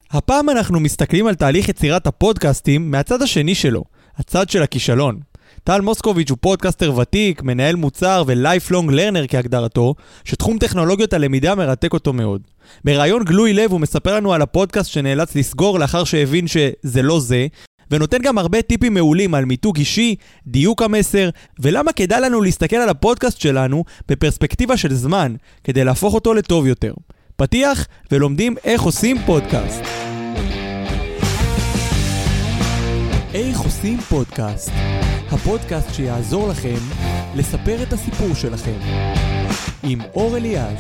הפעם אנחנו מסתכלים על תהליך יצירת הפודקאסטים מהצד השני שלו, הצד של הכישלון. טל מוסקוביץ' הוא פודקאסטר ותיק, מנהל מוצר ו-lifelong learner כהגדרתו, שתחום טכנולוגיות הלמידה מרתק אותו מאוד. ברעיון גלוי לב הוא מספר לנו על הפודקאסט שנאלץ לסגור לאחר שהבין שזה לא זה, ונותן גם הרבה טיפים מעולים על מיתוג אישי, דיוק המסר, ולמה כדאי לנו להסתכל על הפודקאסט שלנו בפרספקטיבה של זמן, כדי להפוך אותו לטוב יותר. פתיח ולומדים איך עושים פודקאסט. איך עושים פודקאסט? הפודקאסט שיעזור לכם לספר את הסיפור שלכם. עם אור אליעז.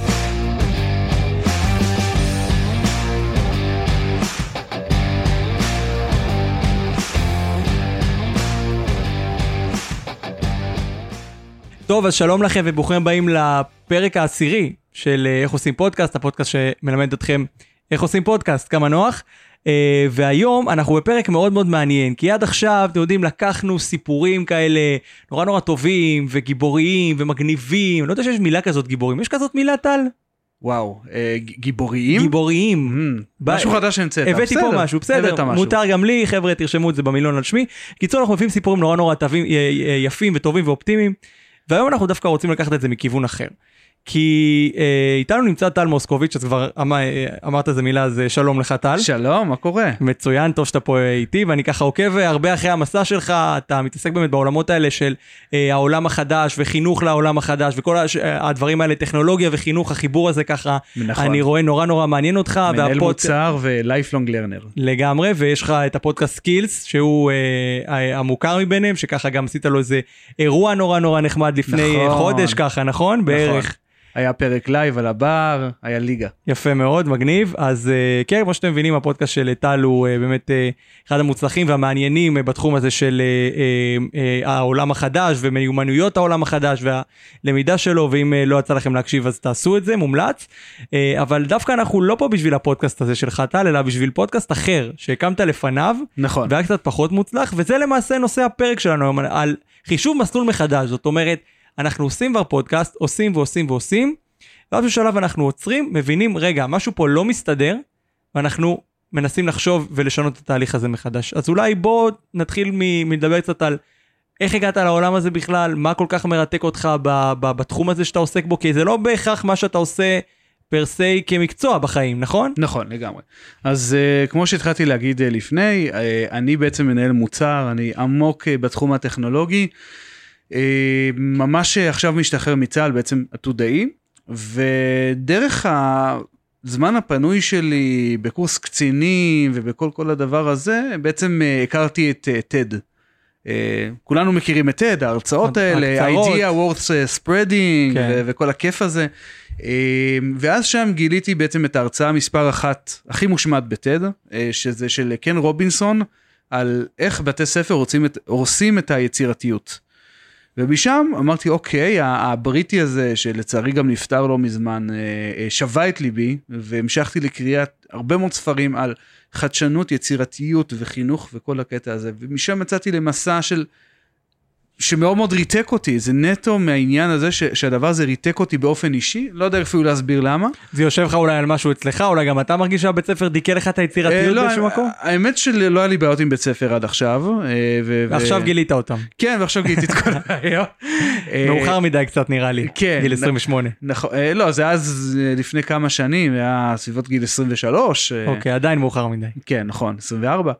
טוב, אז שלום לכם וברוכים הבאים לפרק העשירי של איך עושים פודקאסט, הפודקאסט שמלמד אתכם איך עושים פודקאסט, כמה נוח. והיום אנחנו בפרק מאוד מאוד מעניין, כי עד עכשיו, אתם יודעים, לקחנו סיפורים כאלה נורא נורא טובים וגיבוריים ומגניבים. אני לא יודע שיש מילה כזאת גיבורים, יש כזאת מילה טל? וואו, גיבוריים? גיבוריים. משהו חדש שהמצאת. הבאתי פה משהו, בסדר, מותר גם לי, חבר'ה, תרשמו את זה במילון על שמי. קיצור, אנחנו מביאים סיפורים נורא נורא יפים וטובים ואופטימיים, והיום אנחנו דווקא רוצים לקחת את זה מכיוון אחר. כי איתנו נמצא טל מוסקוביץ', אז כבר אמרת איזה מילה, אז שלום לך טל. שלום, מה קורה? מצוין, טוב שאתה פה איתי, ואני ככה עוקב הרבה אחרי המסע שלך, אתה מתעסק באמת בעולמות האלה של העולם החדש, וחינוך לעולם החדש, וכל הדברים האלה, טכנולוגיה וחינוך, החיבור הזה ככה, נכון. אני רואה נורא נורא מעניין אותך. מנהל מוצר ו-lifelong learner. לגמרי, ויש לך את הפודקאסט סקילס, שהוא המוכר מביניהם, שככה גם עשית לו איזה אירוע נורא נורא נחמד לפני חודש ככה, נכון? בערך. היה פרק לייב על הבר, היה ליגה. יפה מאוד, מגניב. אז כן, כמו שאתם מבינים, הפודקאסט של טל הוא באמת אחד המוצלחים והמעניינים בתחום הזה של העולם החדש ומיומנויות העולם החדש והלמידה שלו, ואם לא יצא לכם להקשיב אז תעשו את זה, מומלץ. אבל דווקא אנחנו לא פה בשביל הפודקאסט הזה שלך טל, אלא בשביל פודקאסט אחר שהקמת לפניו, נכון. והיה קצת פחות מוצלח, וזה למעשה נושא הפרק שלנו היום, על חישוב מסלול מחדש. זאת אומרת, אנחנו עושים כבר פודקאסט, עושים ועושים ועושים, ואז בשלב אנחנו עוצרים, מבינים, רגע, משהו פה לא מסתדר, ואנחנו מנסים לחשוב ולשנות את התהליך הזה מחדש. אז אולי בוא נתחיל מלדבר קצת על איך הגעת לעולם הזה בכלל, מה כל כך מרתק אותך בתחום הזה שאתה עוסק בו, כי זה לא בהכרח מה שאתה עושה פרסי כמקצוע בחיים, נכון? נכון, לגמרי. אז כמו שהתחלתי להגיד לפני, אני בעצם מנהל מוצר, אני עמוק בתחום הטכנולוגי, ממש עכשיו משתחרר מצה"ל בעצם עתודאי, ודרך הזמן הפנוי שלי בקורס קצינים ובכל הדבר הזה, בעצם הכרתי את TED. כולנו מכירים את TED, ההרצאות האלה, idea worth spreading וכל הכיף הזה. ואז שם גיליתי בעצם את ההרצאה מספר אחת הכי מושמעת ב-TED, שזה של קן רובינסון, על איך בתי ספר הורסים את היצירתיות. ומשם אמרתי, אוקיי, הבריטי הזה, שלצערי גם נפטר לא מזמן, שווה את ליבי, והמשכתי לקריאת הרבה מאוד ספרים על חדשנות, יצירתיות וחינוך וכל הקטע הזה, ומשם מצאתי למסע שמאוד מאוד ריתק אותי, זה נטו מהעניין הזה שהדבר הזה ריתק אותי באופן אישי, לא יודע אפילו להסביר למה. זה יושב לך אולי על משהו אצלך, אולי גם אתה מרגיש שהבית ספר דיקה לך את היצירתיות באיזשהו מקום? האמת שלא היה לי בעיות עם בית ספר עד עכשיו. ועכשיו גילית אותם. כן, ועכשיו גיליתי את כל הבעיות. מאוחר מדי קצת נראה לי, גיל 28. נכון, לא, זה אז לפני כמה שנים, היה סביבות גיל 23. אוקיי, עדיין מאוחר מדי. כן, נכון, 24.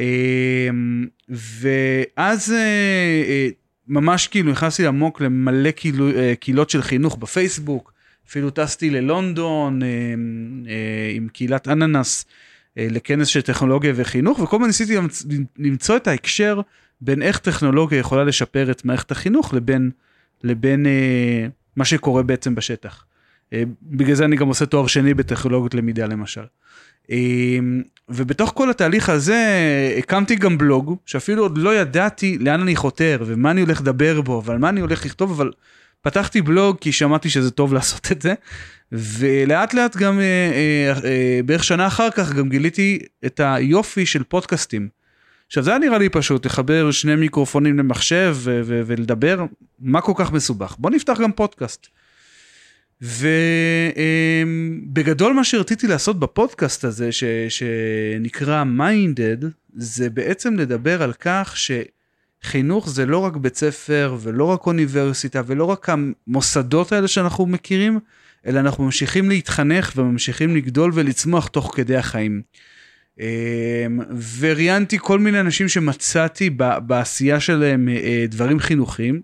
ואז ממש כאילו נכנסתי עמוק למלא קהילות של חינוך בפייסבוק, אפילו טסתי ללונדון עם קהילת אננס לכנס של טכנולוגיה וחינוך, וכל הזמן ניסיתי למצוא את ההקשר בין איך טכנולוגיה יכולה לשפר את מערכת החינוך לבין מה שקורה בעצם בשטח. בגלל זה אני גם עושה תואר שני בטכנולוגיות למידה למשל. ובתוך כל התהליך הזה הקמתי גם בלוג, שאפילו עוד לא ידעתי לאן אני חותר, ומה אני הולך לדבר בו, ועל מה אני הולך לכתוב, אבל פתחתי בלוג כי שמעתי שזה טוב לעשות את זה, ולאט לאט גם בערך שנה אחר כך גם גיליתי את היופי של פודקאסטים. עכשיו זה היה נראה לי פשוט, לחבר שני מיקרופונים למחשב ולדבר, מה כל כך מסובך? בוא נפתח גם פודקאסט. ובגדול מה שרציתי לעשות בפודקאסט הזה, שנקרא Minded, זה בעצם לדבר על כך שחינוך זה לא רק בית ספר, ולא רק אוניברסיטה, ולא רק המוסדות האלה שאנחנו מכירים, אלא אנחנו ממשיכים להתחנך, וממשיכים לגדול ולצמוח תוך כדי החיים. וראיינתי כל מיני אנשים שמצאתי בעשייה שלהם דברים חינוכיים,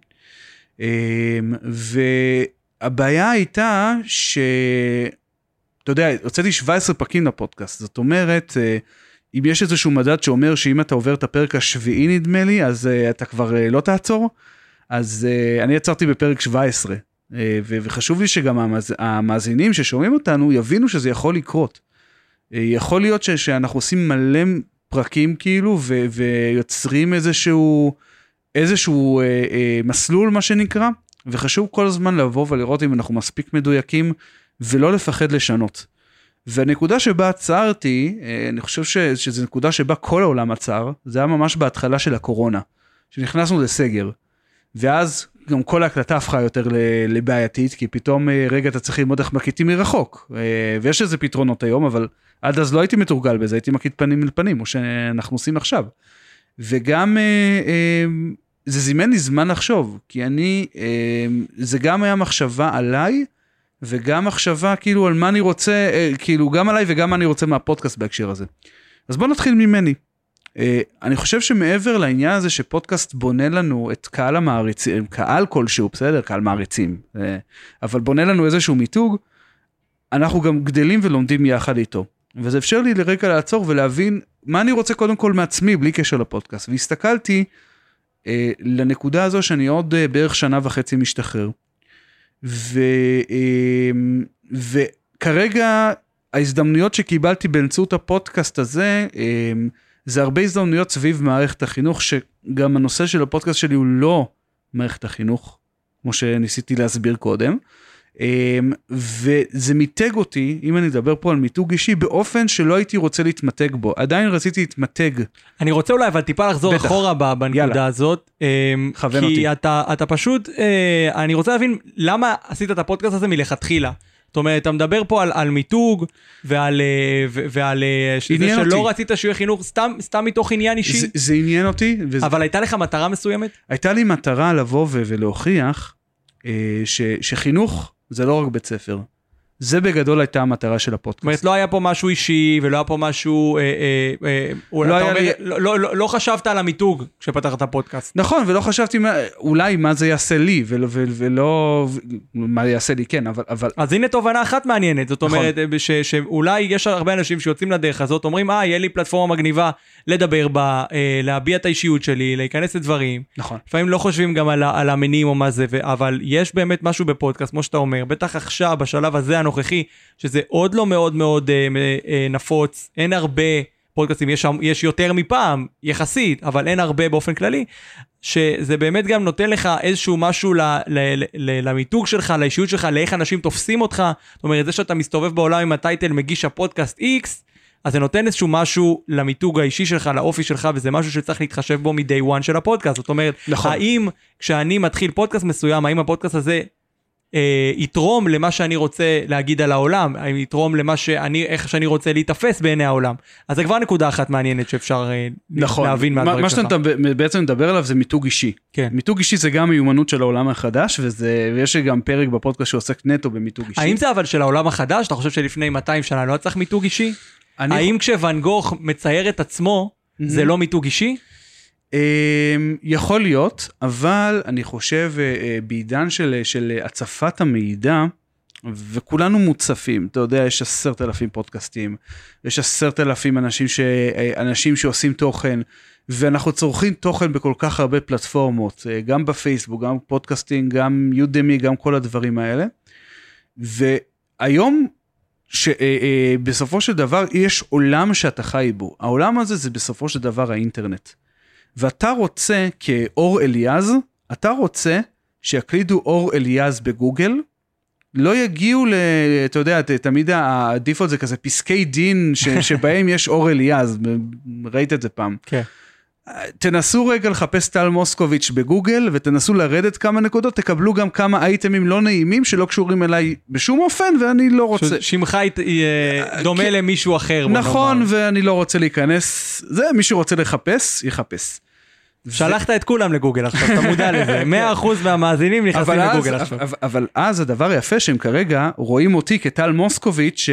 והבעיה הייתה אתה יודע, הוצאתי 17 פרקים לפודקאסט, זאת אומרת, אם יש איזשהו מדד שאומר שאם אתה עובר את הפרק השביעי נדמה לי, אז אתה כבר לא תעצור, אז אני עצרתי בפרק 17, וחשוב לי שגם המאזינים ששומעים אותנו יבינו שזה יכול לקרות. יכול להיות שאנחנו עושים מלא פרקים כאילו, ויוצרים איזשהו מסלול מה שנקרא, וחשוב כל הזמן לבוא ולראות אם אנחנו מספיק מדויקים, ולא לפחד לשנות. והנקודה שבה עצרתי, אני חושב שזו נקודה שבה כל העולם עצר, זה היה ממש בהתחלה של הקורונה, שנכנסנו לסגר, ואז גם כל ההקלטה הפכה יותר לבעייתית, כי פתאום רגע אתה צריך ללמוד איך מקליטים מרחוק, ויש איזה פתרונות היום, אבל עד אז לא הייתי מתורגל בזה, הייתי מקליט פנים אל פנים, כמו שאנחנו עושים עכשיו. וגם זה זימן לי זמן לחשוב, כי זה גם היה מחשבה עליי, וגם מחשבה כאילו על מה אני רוצה, כאילו גם עליי וגם מה אני רוצה מהפודקאסט בהקשר הזה. אז בוא נתחיל ממני. אני חושב שמעבר לעניין הזה שפודקאסט בונה לנו את קהל המעריצים, קהל כלשהו, בסדר, קהל מעריצים, אבל בונה לנו איזשהו מיתוג, אנחנו גם גדלים ולומדים יחד איתו. וזה אפשר לי לרגע לעצור ולהבין מה אני רוצה קודם כל מעצמי, בלי קשר לפודקאסט. והסתכלתי לנקודה הזו שאני עוד בערך 1.5 שנה משתחרר. וכרגע ההזדמנויות שקיבלתי באמצעות הפודקאסט הזה, זה הרבה הזדמנויות סביב מערכת החינוך, שגם הנושא של הפודקאסט שלי הוא לא מערכת החינוך, כמו שניסיתי להסביר קודם, וזה מיתג אותי, אם אני אדבר פה על מיתוג אישי, באופן שלא הייתי רוצה להתמתג בו, עדיין רציתי להתמתג. אני רוצה אולי, אבל טיפה לחזור אחורה בנקודה הזאת, כי אתה פשוט, אני רוצה להבין למה עשית את הפודקאסט הזה מלכתחילה. זאת אומרת, אתה מדבר פה על מיתוג, ועל שזה שלא רצית שהוא יהיה חינוך, סתם מתוך עניין אישי. זה עניין אותי. אבל הייתה לך מטרה מסוימת? הייתה לי מטרה לבוא ולהוכיח, שחינוך זה לא רק בית ספר. זה בגדול הייתה המטרה של הפודקאסט. זאת אומרת, לא היה פה משהו אישי, ולא היה פה משהו, לא חשבת על המיתוג כשפתחת הפודקאסט. נכון, ולא חשבתי אולי מה זה יעשה לי, ולא מה יעשה לי, כן, אבל... אז הנה תובנה אחת מעניינת, זאת אומרת, שאולי יש הרבה אנשים שיוצאים לדרך הזאת, אומרים, יהיה לי פלטפורמה מגניבה לדבר בה, להביע את האישיות שלי, להיכנס לדברים. נכון. לפעמים לא חושבים גם על המניעים או מה זה, אבל יש באמת משהו בפודקאסט, כמו שאתה אומר, בטח עכשיו, בשלב הזה הנוכחי, שזה עוד לא מאוד מאוד נפוץ, אין הרבה פודקאסטים, יש יותר מפעם, יחסית, אבל אין הרבה באופן כללי, שזה באמת גם נותן לך איזשהו משהו למיתוג שלך, לאישיות שלך, לאיך אנשים תופסים אותך, זאת אומרת, זה שאתה מסתובב בעולם עם הטייטל מגיש הפודקאסט X, אז זה נותן איזשהו משהו למיתוג האישי שלך, לאופי שלך, וזה משהו שצריך להתחשב בו מ-day one של הפודקאסט, זאת אומרת, האם כשאני מתחיל פודקאסט מסוים, האם הפודקאסט הזה יתרום למה שאני רוצה להגיד על העולם, יתרום איך שאני רוצה להתאפס בעיני העולם. אז זה כבר נקודה אחת מעניינת שאפשר להבין מהדברים שלך. מה שאתה בעצם מדבר עליו זה מיתוג אישי. כן. מיתוג אישי זה גם מיומנות של העולם החדש, ויש גם פרק בפודקאסט שעוסק נטו במיתוג אישי. האם זה אבל של העולם החדש? אתה חושב שלפני 200 שנה לא צריך מיתוג אישי? האם כשוואן גוך מצייר את עצמו, זה לא מיתוג אישי? יכול להיות, אבל אני חושב בעידן של הצפת המידע, וכולנו מוצפים, אתה יודע, יש 10,000 פודקאסטים, יש 10,000 אנשים שעושים תוכן, ואנחנו צורכים תוכן בכל כך הרבה פלטפורמות, גם בפייסבוק, גם פודקאסטים, גם יודמי, גם כל הדברים האלה, והיום, שבסופו של דבר יש עולם שאתה חי בו, העולם הזה זה בסופו של דבר האינטרנט, ואתה רוצה כאור אליאז, אתה רוצה שיקלידו אור אליאז בגוגל, לא יגיעו אתה יודע, תמיד הדיפולט זה כזה פסקי דין שבהם יש אור אליאז, ראית את זה פעם. כן. תנסו רגע לחפש טל מוסקוביץ' בגוגל, ותנסו לרדת כמה נקודות, תקבלו גם כמה אייטמים לא נעימים, שלא קשורים אליי בשום אופן, ואני לא רוצה... שמך דומה למישהו אחר. נכון, ואני לא רוצה להיכנס, זה מי שרוצה לחפש, יחפש. שלחת את כולם לגוגל עכשיו, אתה מודע לזה, 100% מהמאזינים נכנסים לגוגל עכשיו. אבל אז הדבר היפה שהם כרגע רואים אותי כטל מוסקוביץ'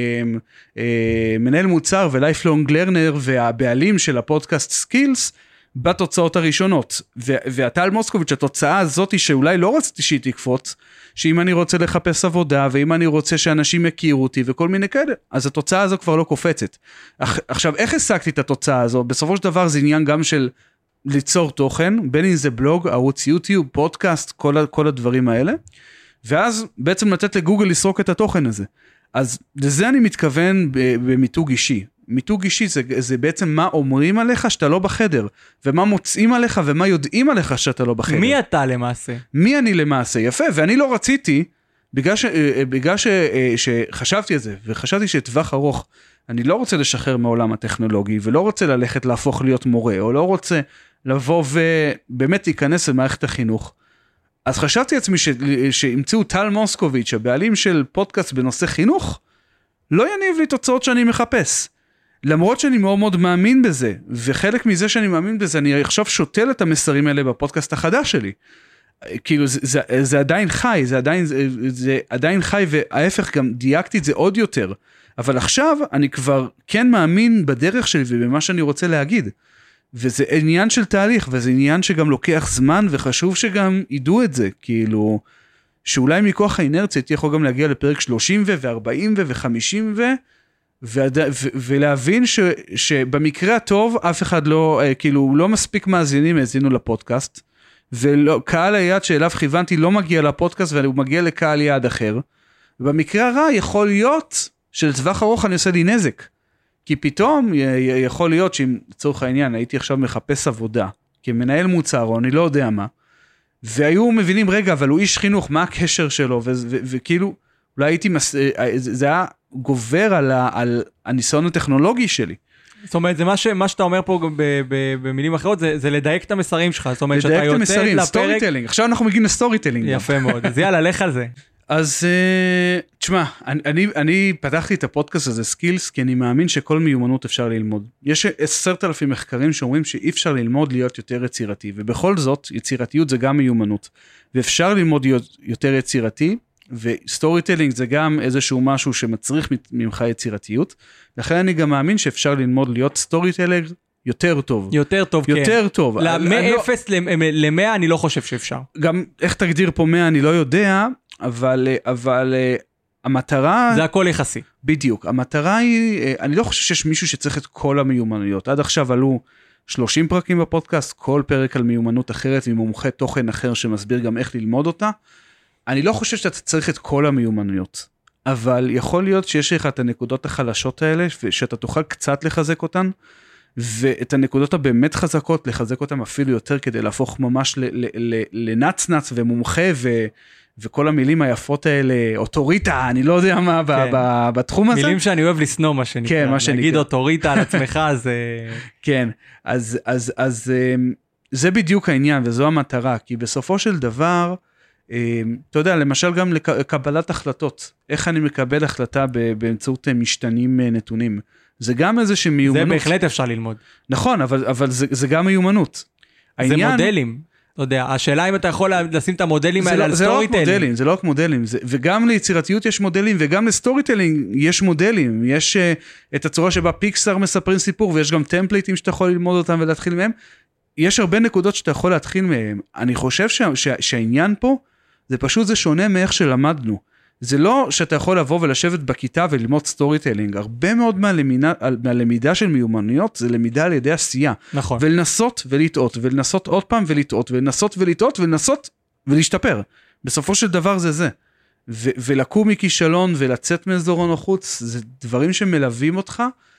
מנהל מוצר ולייפלונג לרנר והבעלים של הפודקאסט סקילס בתוצאות הראשונות. והטל מוסקוביץ' התוצאה הזאת שאולי לא רציתי שהיא תקפוץ, שאם אני רוצה לחפש עבודה ואם אני רוצה שאנשים יכירו אותי וכל מיני כאלה, אז התוצאה הזו כבר לא קופצת. עכשיו איך השגתי את התוצאה הזו? בסופו של דבר זה עניין גם של ליצור תוכן, בין אם זה בלוג, ערוץ יוטיוב, פודקאסט, כל הדברים האלה, ואז בעצם לתת לגוגל לסרוק את התוכן הזה. אז לזה אני מתכוון במיתוג אישי. מיתוג אישי זה בעצם מה אומרים עליך שאתה לא בחדר, ומה מוצאים עליך ומה יודעים עליך שאתה לא בחדר. מי אתה למעשה? מי אני למעשה, יפה, ואני לא רציתי, בגלל שחשבתי על זה, וחשבתי שטווח ארוך, אני לא רוצה לשחרר מהעולם הטכנולוגי, ולא רוצה ללכת להפוך להיות מורה, או לא רוצה לבוא ובאמת להיכנס למערכת החינוך. אז חשבתי לעצמי שימצאו טל מוסקוביץ', הבעלים של פודקאסט בנושא חינוך, לא יניב לי תוצאות שאני מחפש. למרות שאני מאוד מאוד מאמין בזה, וחלק מזה שאני מאמין בזה, אני עכשיו שותל את המסרים האלה בפודקאסט החדש שלי. כאילו זה עדיין חי, זה עדיין חי, וההפך גם דייקתי את זה עוד יותר. אבל עכשיו אני כבר כן מאמין בדרך שלי ובמה שאני רוצה להגיד. וזה עניין של תהליך, וזה עניין שגם לוקח זמן, וחשוב שגם ידעו את זה, כאילו, שאולי מכוח האינרציה הייתי יכול גם להגיע לפרק 30 ו-40 ו-50 ולהבין שבמקרה הטוב אף אחד לא, כאילו, לא מספיק מאזינים האזינו לפודקאסט, וקהל היעד שאליו כיוונתי לא מגיע לפודקאסט, והוא מגיע לקהל יעד אחר. ובמקרה הרע יכול להיות שלטווח ארוך אני עושה לי נזק. כי פתאום יכול להיות שאם לצורך העניין הייתי עכשיו מחפש עבודה, כמנהל מוצר או אני לא יודע מה, והיו מבינים רגע אבל הוא איש חינוך, מה הקשר שלו, וכאילו אולי הייתי, זה היה גובר על הניסיון הטכנולוגי שלי. זאת אומרת, זה מה שאתה אומר פה במילים אחרות, זה לדייק את המסרים שלך, זאת אומרת שאתה יוצא לפרק... לדייק את המסרים, סטורי טלינג, עכשיו אנחנו מגיעים לסטורי טלינג. יפה מאוד, אז יאללה, לך על זה. אז תשמע, אני פתחתי את הפודקאסט הזה סקילס, כי אני מאמין שכל מיומנות אפשר ללמוד. יש 10,000 מחקרים שאומרים שאי אפשר ללמוד להיות יותר יצירתי, ובכל זאת יצירתיות זה גם מיומנות, ואפשר ללמוד להיות יותר יצירתי, וסטורי טלינג זה גם איזשהו משהו שמצריך ממך יצירתיות, לכן אני גם מאמין שאפשר ללמוד להיות סטורי טלינג יותר טוב. יותר טוב, כן. יותר טוב. מ-0 ל-100 אני לא חושב שאפשר. גם איך תגדיר פה 100 אני לא יודע, אבל המטרה... זה הכל יחסי. בדיוק. המטרה היא, אני לא חושב שיש מישהו שצריך את כל המיומנויות. עד עכשיו עלו 30 פרקים בפודקאסט, כל פרק על מיומנות אחרת, ממומחה תוכן אחר שמסביר גם איך ללמוד אותה. אני לא חושב שאתה צריך את כל המיומנויות, אבל יכול להיות שיש לך את הנקודות החלשות האלה, ושאתה תוכל קצת לחזק אותן, ואת הנקודות הבאמת חזקות, לחזק אותן אפילו יותר, כדי להפוך ממש לנצנץ ומומחה, וכל המילים היפות האלה, אוטוריטה, אני לא יודע מה, בתחום הזה. מילים שאני אוהב לסנוע, מה שנקרא. כן, מה שנקרא. נגיד אוטוריטה על עצמך, זה... כן, אז זה בדיוק העניין, וזו המטרה, כי בסופו של דבר, אתה יודע, למשל גם לקבלת החלטות, איך אני מקבל החלטה באמצעות משתנים נתונים, זה גם איזושהי מיומנות. זה בהחלט אפשר ללמוד. נכון, אבל זה גם מיומנות. זה מודלים, אתה יודע, השאלה אם אתה יכול לשים את המודלים האלה על סטורי טלינג. זה לא רק מודלים, וגם ליצירתיות יש מודלים, וגם לסטורי טלינג יש מודלים, יש את הצורה שבה פיקסאר מספרים סיפור, ויש גם טמפליטים שאתה יכול ללמוד אותם ולהתחיל מהם, יש הרבה נקודות שאתה יכול להתחיל מהם, אני חושב שהעניין פה, זה פשוט זה שונה מאיך שלמדנו, זה לא שאתה יכול לבוא ולשבת בכיתה וללמוד סטורי טלינג, הרבה מאוד מהלמידה של מיומנויות, זה למידה על ידי עשייה. נכון. ולנסות ולטעות, ולנסות עוד פעם ולטעות, ולנסות ולטעות, ולנסות ולהשתפר. בסופו של דבר זה זה. ולקום מכישלון ולצאת מאזור הנוחות, זה דברים שמלווים אותך,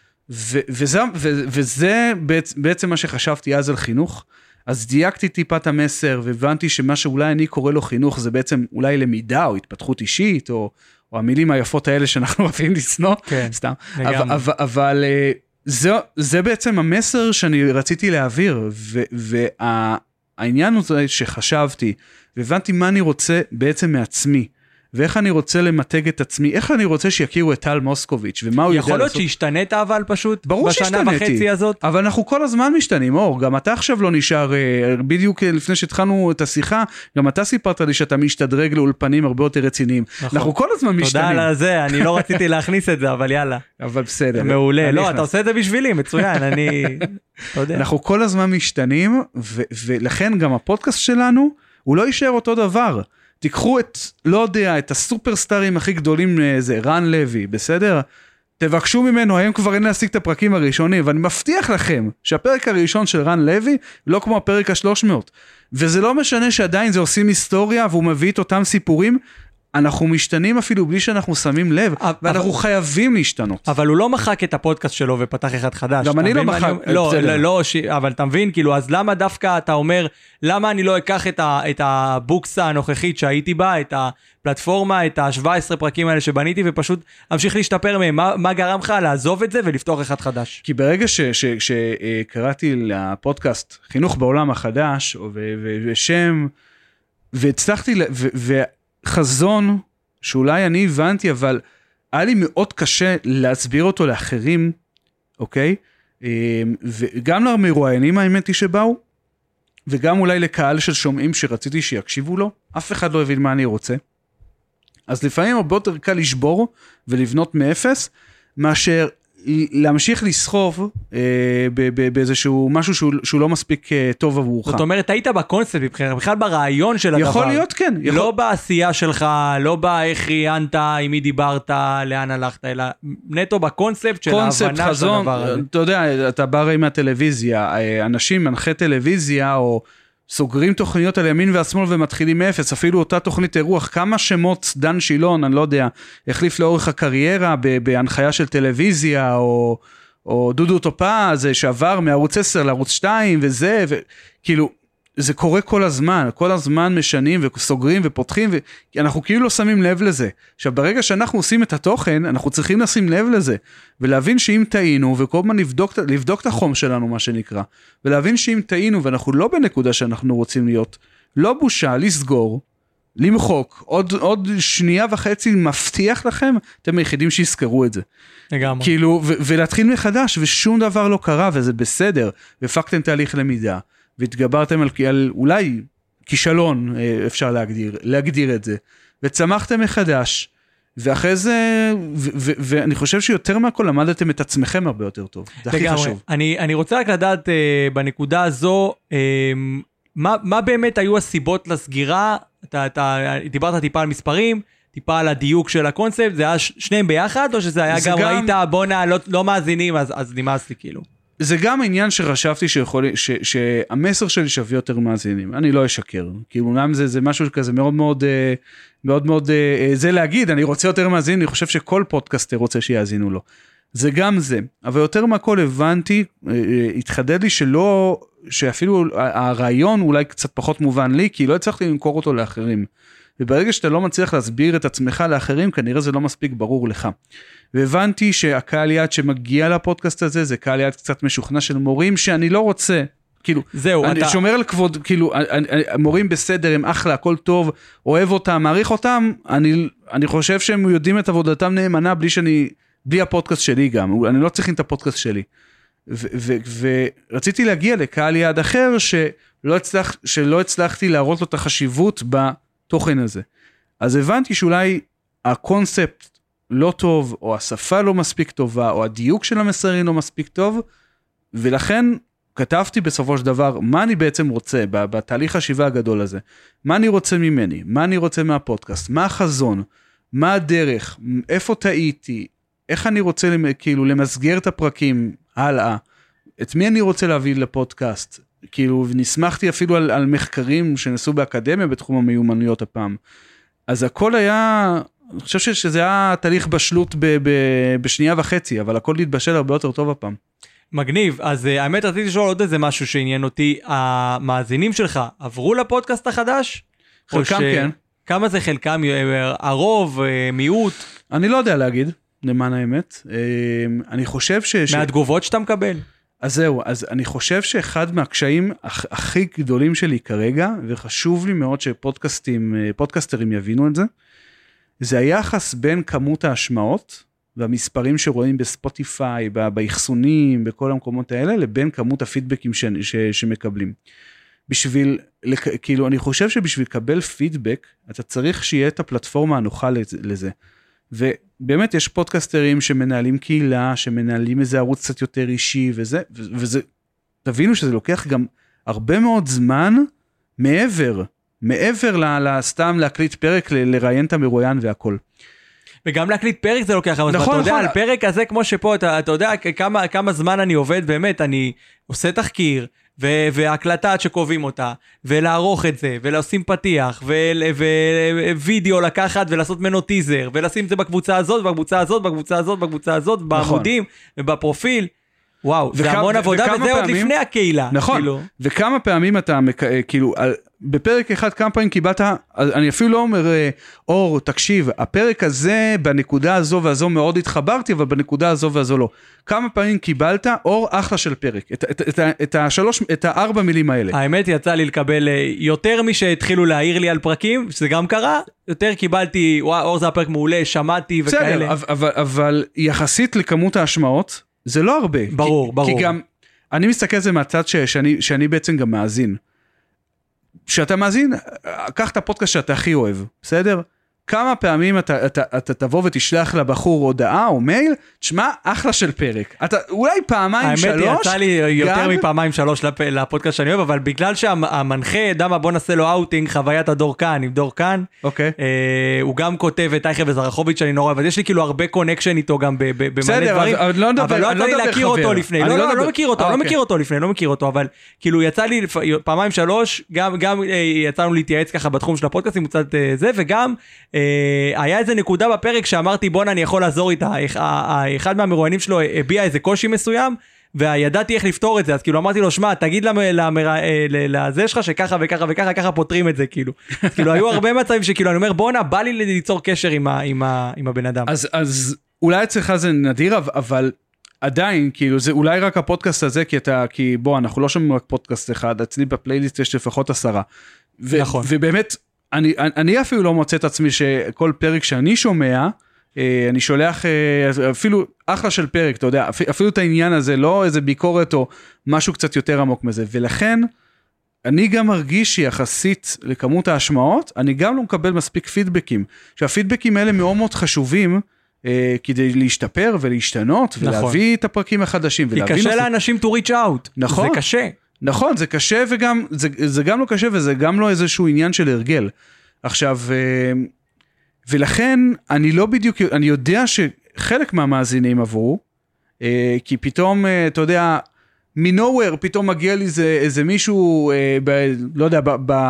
וזה בעצם מה שחשבתי אז על חינוך, אז דייקתי טיפת המסר, והבנתי שמה שאולי אני קורא לו חינוך, זה בעצם אולי למידה, או התפתחות אישית, או המילים היפות האלה שאנחנו אוהבים לסנוע, כן, סתם. זה בעצם המסר שאני רציתי להעביר, והעניין הוא שחשבתי, והבנתי מה אני רוצה בעצם מעצמי, ואיך אני רוצה למתג את עצמי, איך אני רוצה שיכירו את טל מוסקוביץ' ומה הוא יודע לעשות. יכול להיות שהשתנית אבל פשוט בשנה וחצי הזאת? אבל אנחנו כל הזמן משתנים, אור, גם אתה עכשיו לא נשאר, בדיוק לפני שהתחלנו את השיחה, גם אתה סיפרת לי שאתה משתדרג לאולפנים הרבה יותר רציניים. אנחנו כל הזמן משתנים. תודה על זה, אני לא רציתי להכניס את זה, אבל יאללה. אבל בסדר. מעולה, לא, אתה עושה את זה בשבילי, מצוין, אנחנו כל הזמן משתנים, ולכן גם הפודקאסט שלנו, הוא לא יישאר אותו דבר. תיקחו את, לא יודע, את הסופרסטארים הכי גדולים, זה רן לוי, בסדר? תבקשו ממנו, היום כבר אין להשיג את הפרקים הראשונים, ואני מבטיח לכם שהפרק הראשון של רן לוי, לא כמו הפרק ה-300, וזה לא משנה שעדיין זה עושים היסטוריה, והוא מביא את אותם סיפורים, אנחנו משתנים אפילו בלי שאנחנו שמים לב, ואנחנו חייבים להשתנות. אבל הוא לא מחק את הפודקאסט שלו ופתח אחד חדש. גם אני לא מחק. לא, אבל אתה מבין, כאילו, אז למה דווקא אתה אומר, למה אני לא אקח את הבוקסה הנוכחית שהייתי בה, את הפלטפורמה, את ה-17 פרקים האלה שבניתי, ופשוט אמשיך להשתפר מהם? מה גרם לך לעזוב את זה ולפתוח אחד חדש? כי ברגע שקראתי לפודקאסט חינוך בעולם החדש, ושם, והצלחתי, חזון שאולי אני הבנתי, אבל היה לי מאוד קשה להסביר אותו לאחרים, אוקיי? וגם למרואיינים האמת היא שבאו, וגם אולי לקהל של שומעים שרציתי שיקשיבו לו, אף אחד לא הבין מה אני רוצה. אז לפעמים הרבה יותר קל לשבור ולבנות מאפס, מאשר להמשיך לסחוב באיזשהו משהו שהוא לא מספיק טוב עבורך. זאת אומרת, היית בקונספט, בכלל ברעיון של הדבר. יכול להיות, כן. לא בעשייה שלך, לא באיך ראיינת, עם מי דיברת, לאן הלכת, אלא נטו בקונספט של ההבנה של הדבר הזה. אתה יודע, אתה בא הרי מהטלוויזיה, אנשים מנחי טלוויזיה, או סוגרים תוכניות על ימין והשמאל ומתחילים מאפס, אפילו אותה תוכנית אירוח, כמה שמות דן שילון, אני לא יודע, החליף לאורך הקריירה בהנחיה של טלוויזיה, או דודו טופז, שעבר מערוץ 10 לערוץ 2 וזה, כאילו, זה קורה כל הזמן משנים וסוגרים ופותחים, ואנחנו כאילו לא שמים לב לזה. עכשיו, ברגע שאנחנו עושים את התוכן, אנחנו צריכים לשים לב לזה, ולהבין שאם טעינו, וכל הזמן לבדוק את החום שלנו, מה שנקרא, ולהבין שאם טעינו, ואנחנו לא בנקודה שאנחנו רוצים להיות, לא בושה, לסגור, למחוק, עוד שנייה וחצי מבטיח לכם, אתם היחידים שיזכרו את זה. לגמרי. כאילו, ולהתחיל מחדש, ושום דבר לא קרה, וזה בסדר, והפקתם תהליך למידה, והתגברתם על אולי כישלון, אפשר להגדיר את זה, וצמחתם מחדש, ואחרי זה, ואני חושב שיותר מהכל למדתם את עצמכם הרבה יותר טוב, זה הכי חשוב. אני רוצה רק לדעת בנקודה הזו, מה באמת היו הסיבות לסגירה? אתה דיברת טיפה על מספרים, טיפה על הדיוק של הקונספט, זה היה שניהם ביחד, או שזה היה גם ראית, בונה, לא מאזינים, אז נמאס לי כאילו. זה גם העניין שחשבתי שהמסר שלי שווה יותר מאזינים, אני לא אשקר, כי אומנם זה משהו כזה מאוד, זה להגיד, אני רוצה יותר מאזינים, אני חושב שכל פודקאסטר רוצה שיאזינו לו, זה גם זה, אבל יותר מהכל הבנתי, התחדד לי שאפילו הרעיון אולי קצת פחות מובן לי, כי לא הצלחתי למכור אותו לאחרים, וברגע שאתה לא מצליח להסביר את עצמך לאחרים, כנראה זה לא מספיק ברור לך. והבנתי שהקהל יעד שמגיע לפודקאסט הזה, זה קהל יעד קצת משוכנע של מורים, שאני לא רוצה, כאילו, אני שומר על כבוד, כאילו, מורים בסדר, הם אחלה, הכל טוב, אוהב אותם, מעריך אותם, אני חושב שהם יודעים את עבודתם נאמנה, בלי הפודקאסט שלי גם, אני לא צריכים את הפודקאסט שלי. ורציתי להגיע לקהל יעד אחר, שלא הצלחתי להראות לו את החשיבות בתוכן הזה. אז הבנתי שאולי הקונספט לא טוב, או השפה לא מספיק טובה, או הדיוק של המסרים לא מספיק טוב, ולכן כתבתי בסופו של דבר, מה אני בעצם רוצה, בתהליך השיבה הגדול הזה, מה אני רוצה ממני, מה אני רוצה מהפודקאסט, מה החזון, מה הדרך, איפה טעיתי, איך אני רוצה כאילו למסגר את הפרקים הלאה, את מי אני רוצה להביא לפודקאסט, כאילו נסמכתי אפילו על מחקרים שנעשו באקדמיה בתחום המיומנויות הפעם, אז הכל היה, אני חושב שזה היה תהליך בשלות בשנייה וחצי, אבל הכל להתבשל הרבה יותר טוב הפעם. מגניב, אז האמת רציתי לשאול עוד איזה משהו שעניין אותי, המאזינים שלך עברו לפודקאסט החדש? חלקם כן. כמה זה חלקם, הרוב, מיעוט? אני לא יודע להגיד, למען האמת. אני חושב מהתגובות שאתה מקבל. אז זהו, אז אני חושב שאחד מהקשיים הכי גדולים שלי כרגע, וחשוב לי מאוד שפודקאסטרים יבינו את זה, זה היחס בין כמות ההשמעות, והמספרים שרואים בספוטיפיי, באחסונים, בכל המקומות האלה, לבין כמות הפידבקים שמקבלים. כאילו, אני חושב שבשביל לקבל פידבק, אתה צריך שיהיה את הפלטפורמה הנוחה לזה. ובאמת יש פודקאסטרים שמנהלים קהילה, שמנהלים איזה ערוץ קצת יותר אישי, וזה, תבינו שזה לוקח גם הרבה מאוד זמן מעבר לסתם להקליט פרק, לראיין את המרואיין והכל. וגם להקליט פרק זה לוקח, נכון, אתה יודע, על פרק הזה כמו שפה, אתה יודע כמה זמן אני עובד, באמת, אני עושה תחקיר, והקלטה שקובעים אותה, ולערוך את זה, ולעושים פתיח, ווידאו לקחת ולעשות מנו טיזר, ולשים את זה בקבוצה הזאת, בקבוצה הזאת, בקבוצה הזאת, בקבוצה הזאת, בעמודים ובפרופיל. וואו, זה המון עבודה, וזה עוד לפני הקהילה. נכון, וכמה פעמים אתה, כאילו, בפרק אחד כמה פעמים קיבלת, אני אפילו לא אומר, אור, תקשיב, הפרק הזה, בנקודה הזו והזו מאוד התחברתי, אבל בנקודה הזו והזו לא. כמה פעמים קיבלת, אור, אחלה של פרק, את 4 מילים האלה. האמת יצא לי לקבל יותר משהתחילו להעיר לי על פרקים, שזה גם קרה, יותר קיבלתי, וואו, אור זה הפרק מעולה, שמעתי וכאלה. אבל יחסית לכמות ההשמעות, זה לא הרבה. ברור. כי גם, אני מסתכל על זה מהצד שאני בעצם גם מאזין. כשאתה מאזין, קח את הפודקאסט שאתה הכי אוהב, בסדר? כמה פעמים אתה תבוא ותשלח לבחור הודעה או מייל, תשמע, אחלה של פרק. אתה אולי פעמיים, 3. האמת, יצא לי יותר מפעמיים 3 לפודקאסט שאני אוהב, אבל בגלל שהמנחה, דמה, בוא נעשה לו אאוטינג, חוויית הדורקן, עם דורקן, הוא גם כותב את אייכר וזרחוביץ' שאני נורא, אבל יש לי כאילו הרבה קונקשן איתו גם במלא דברים, אבל לא יצא לי להכיר אותו לפני, לא מכיר אותו, אבל כאילו יצא לי פעמיים 3, גם יצאנו להתייעץ ככה בתחום של הפודקאסטים, מצד זה, וגם היה איזה נקודה בפרק שאמרתי בוא אני יכול לעזור איתה, אחד מהמרואיינים שלו הביע איזה קושי מסוים וידעתי איך לפתור את זה, אז כאילו אמרתי לו שמע תגיד לזה שלך שככה וככה וככה ככה פותרים את זה, כאילו היו הרבה מצבים שכאילו אני אומר בוא בא לי ליצור קשר עם הבן אדם. אז אולי אצלך זה נדיר, אבל עדיין כאילו זה אולי רק הפודקאסט הזה, כי בוא אנחנו לא שומעים רק פודקאסט אחד, אצלי בפלייליסט יש לפחות 10 נכון. ובאמת אני אפילו לא מוצא את עצמי שכל פרק שאני שומע, אני שולח אפילו אחלה של פרק, אתה יודע, אפילו את העניין הזה, לא איזה ביקורת או משהו קצת יותר עמוק מזה, ולכן אני גם מרגיש שיחסית לכמות ההשמעות, אני גם לא מקבל מספיק פידבקים, שהפידבקים האלה מאוד מאוד חשובים, כדי להשתפר ולהשתנות, ולהביא את הפרקים החדשים. כי קשה לאנשים to reach out, נכון. זה קשה. נכון, זה קשה וגם, זה גם לא קשה וזה גם לא איזשהו עניין של הרגל. עכשיו, ולכן אני לא בדיוק, אני יודע שחלק מהמאזינים עברו, כי פתאום, אתה יודע, מנוהוור פתאום מגיע לי איזה מישהו, לא יודע,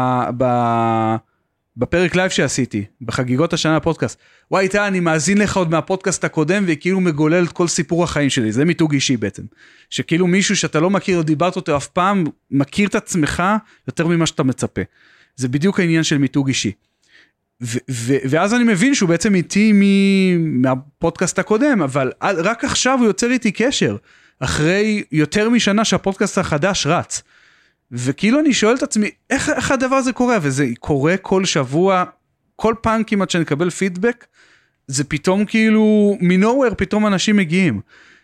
בפרק לייב שעשיתי, בחגיגות השנה הפודקאסט, וואי איתה, אני מאזין לך עוד מהפודקאסט הקודם, וכאילו מגולל את כל סיפור החיים שלי, זה מיתוג אישי בעצם, שכאילו מישהו שאתה לא מכיר, דיברת אותו אף פעם, מכיר את עצמך יותר ממה שאתה מצפה, זה בדיוק העניין של מיתוג אישי, ואז אני מבין שהוא בעצם איתי מהפודקאסט הקודם, אבל רק עכשיו הוא יוצר איתי קשר, אחרי יותר משנה שהפודקאסט החדש רץ, וכאילו אני שואל את עצמי, איך הדבר הזה קורה? וזה קורה כל שבוע, כל פעם כמעט שאני אקבל פידבק, זה פתאום כאילו, מנוהוור פתאום אנשים מגיעים.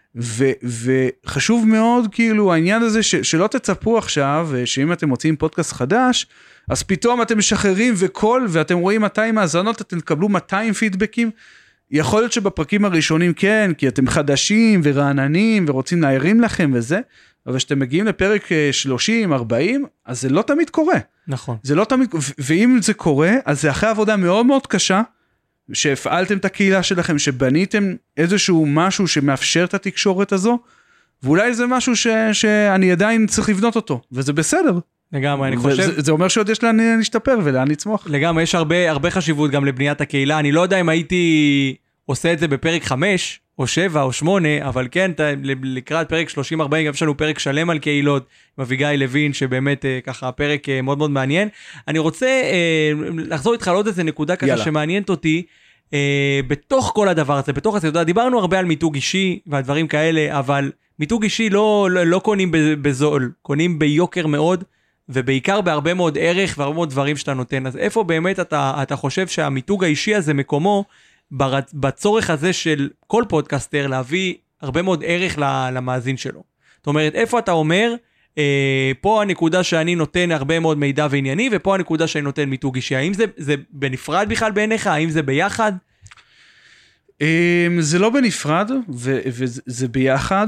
וחשוב מאוד כאילו העניין הזה שלא תצפו עכשיו, שאם אתם מוצאים פודקאסט חדש, אז פתאום אתם משחררים ואתם רואים 200 האזנות, אתם תקבלו 200 פידבקים, יכול להיות שבפרקים הראשונים כן, כי אתם חדשים ורעננים ורוצים להרים לכם וזה, אבל כשאתם מגיעים לפרק 30, 40, אז זה לא תמיד קורה. נכון. זה לא תמיד, ואם זה קורה, אז זה אחרי עבודה מאוד מאוד קשה, שהפעלתם את הקהילה שלכם, שבניתם איזשהו משהו שמאפשר את התקשורת הזו, ואולי זה משהו שאני עדיין צריך לבנות אותו, וזה בסדר. לגמרי, אני חושב... זה אומר שעוד יש לאן להשתפר ולאן לצמוח. לגמרי, יש הרבה חשיבות גם לבניית הקהילה, אני לא יודע אם הייתי עושה את זה בפרק 5, או 7 או 8, אבל כן, לקראת פרק 30-40, גם יש לנו פרק שלם על קהילות, עם אביגיל לוין, שבאמת ככה פרק מאוד מאוד מעניין. אני רוצה לחזור איתך על עוד איזה נקודה ככה שמעניינת אותי, בתוך כל הדבר הזה, בתוך הסרטון, דיברנו הרבה על מיתוג אישי והדברים כאלה, אבל מיתוג אישי לא קונים בזול, קונים ביוקר מאוד, ובעיקר בהרבה מאוד ערך והרבה מאוד דברים שאתה נותן. אז איפה באמת אתה חושב שהמיתוג האישי הזה מקומו, בצורך הזה של כל פודקאסטר להביא הרבה מאוד ערך למאזין שלו? זאת אומרת, איפה אתה אומר, פה הנקודה שאני נותן הרבה מאוד מידע וענייני, ופה הנקודה שאני נותן מיתוג אישי. האם זה בנפרד בכלל בעיניך? האם זה ביחד? זה לא בנפרד, וזה ביחד,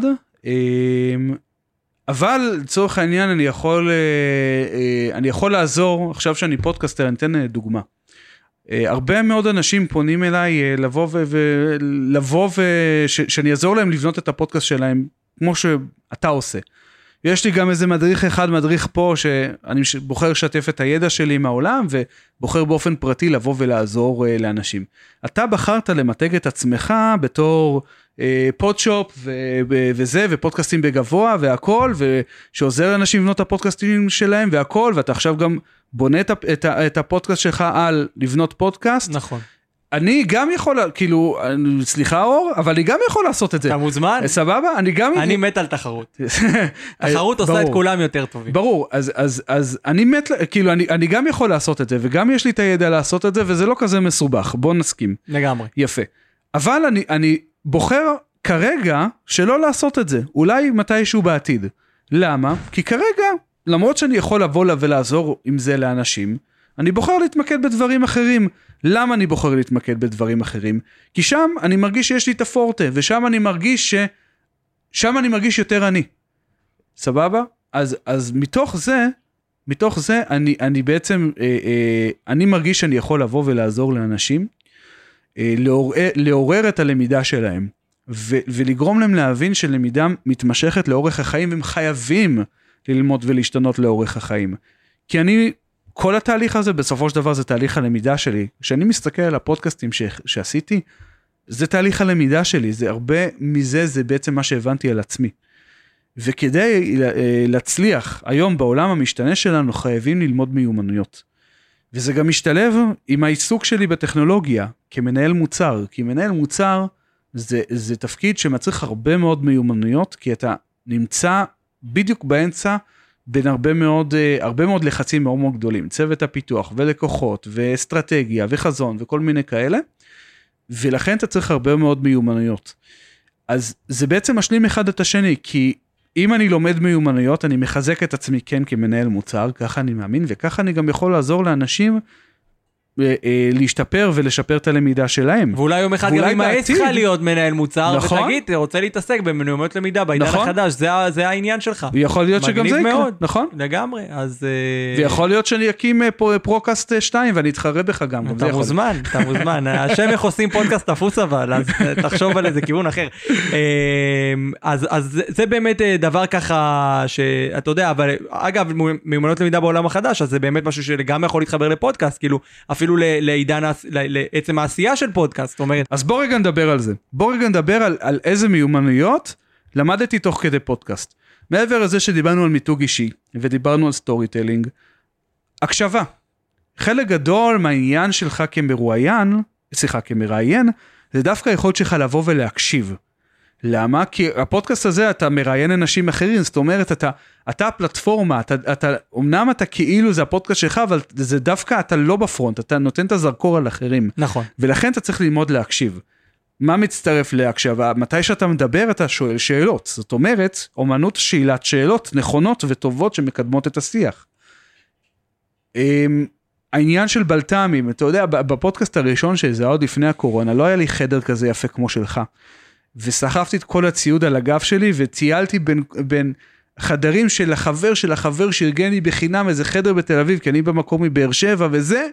אבל לצורך העניין אני יכול לעזור, עכשיו שאני פודקאסטר, אני אתן דוגמה. הרבה מאוד אנשים פונים אליי לבוא שאני אעזור להם לבנות את הפודקאסט שלהם, כמו שאתה עושה. יש לי גם איזה מדריך פה, שאני בוחר לשתף את הידע שלי עם העולם, ובוחר באופן פרטי לבוא ולעזור לאנשים. אתה בחרת למתג את עצמך בתור פודשופ וזה, ופודקאסטים בגבוה והכל, ושעוזר לאנשים לבנות את הפודקאסטים שלהם והכל, ואתה עכשיו גם בונה את הפודקאסט שלך על לבנות פודקאסט. נכון. אני גם יכול, כאילו, סליחה אור, אבל אני גם יכול לעשות את זה. אתה מוזמן? סבבה? אני מת על תחרות. תחרות עושה את כולם יותר טובים. ברור, אז אני מת, כאילו, אני גם יכול לעשות את זה, וגם יש לי את הידע לעשות את זה, וזה לא כזה מסובך, בוא נסכים. לגמרי. יפה. אבל אני בוחר כרגע שלא לעשות את זה, אולי מתישהו בעתיד. למה? כי כרגע, למרות שאני יכול לבוא ולעזור עם זה לאנשים, אני בוחר להתמקד בדברים אחרים. למה אני בוחר להתמקד בדברים אחרים? כי שם אני מרגיש שיש לי את הפורטה, ושם אני מרגיש שם אני מרגיש יותר אני. סבבה? אז מתוך זה אני בעצם, אני מרגיש שאני יכול לבוא ולעזור לאנשים, לעורר את הלמידה שלהם, ולגרום להם להבין שלמידה מתמשכת לאורך החיים, והם חייבים ללמוד ולהשתנות לאורך החיים. כי כל התהליך הזה, בסופו של דבר, זה תהליך הלמידה שלי. כשאני מסתכל על הפודקאסטים שעשיתי, זה תהליך הלמידה שלי. זה הרבה מזה, זה בעצם מה שהבנתי על עצמי. וכדי להצליח היום בעולם המשתנה שלנו, חייבים ללמוד מיומנויות. וזה גם משתלב עם העיסוק שלי בטכנולוגיה, כמנהל מוצר. כי מנהל מוצר זה תפקיד שמצריך הרבה מאוד מיומנויות, כי אתה נמצא בדיוק באמצע, בין הרבה מאוד לחצים מאוד מאוד גדולים, צוות הפיתוח ולקוחות ואסטרטגיה וחזון וכל מיני כאלה, ולכן אתה צריך הרבה מאוד מיומנויות. אז זה בעצם משלים אחד את השני, כי אם אני לומד מיומנויות, אני מחזק את עצמי כן כמנהל מוצר, ככה אני מאמין, וככה אני גם יכול לעזור לאנשים להשתפר ולשפר את הלמידה שלהם. ואולי יום אחד גם ימאס לך להיות מנהל מוצר, נכון? ותגיד, רוצה להתעסק במיומנויות למידה בעידן נכון? החדש, זה העניין שלך. יכול להיות שגם זה יקרה, נכון? לגמרי, אז... ויכול להיות שאני אקים פרוקאסט 2 ואני אתחרה בך גם. אתה מוזמן. השם איך עושים פודקאסט תפוס אבל, אז תחשוב על איזה כיוון אחר. אז זה באמת דבר ככה, שאתה יודע, אבל אגב, מיומנויות למידה בעולם החדש, אז זה באמת משהו שגם יכול להתחבר לפודקאסט, כאילו, אפילו לעצם העשייה של פודקאסט, זאת אומרת. אז בוא רגע נדבר על זה. בוא רגע נדבר על איזה מיומנויות למדתי תוך כדי פודקאסט. מעבר לזה שדיברנו על מיתוג אישי, ודיברנו על סטורי טלינג, הקשבה. חלק גדול מהעניין שלך כמראיין, זה דווקא יכולת שלך לבוא ולהקשיב. למה? כי הפודקאסט הזה אתה מראיין אנשים אחרים, זאת אומרת אתה הפלטפורמה, אמנם אתה כאילו זה הפודקאסט שלך, אבל זה דווקא אתה לא בפרונט, אתה נותן את הזרקור על אחרים. נכון. ולכן אתה צריך ללמוד להקשיב. מה מצטרף להקשבה? מתי שאתה מדבר אתה שואל שאלות, זאת אומרת, אומנות שאלת שאלות נכונות וטובות שמקדמות את השיח. העניין של בלת"מים, אתה יודע, בפודקאסט הראשון שזה עוד לפני הקורונה, לא היה לי חדר כזה יפה כמו שלך. וסחפתי את כל הציוד על הגב שלי, וציילתי בין חדרים של החבר שארגן לי בחינם איזה חדר בתל אביב, כי אני במקום מבאר שבע וזה,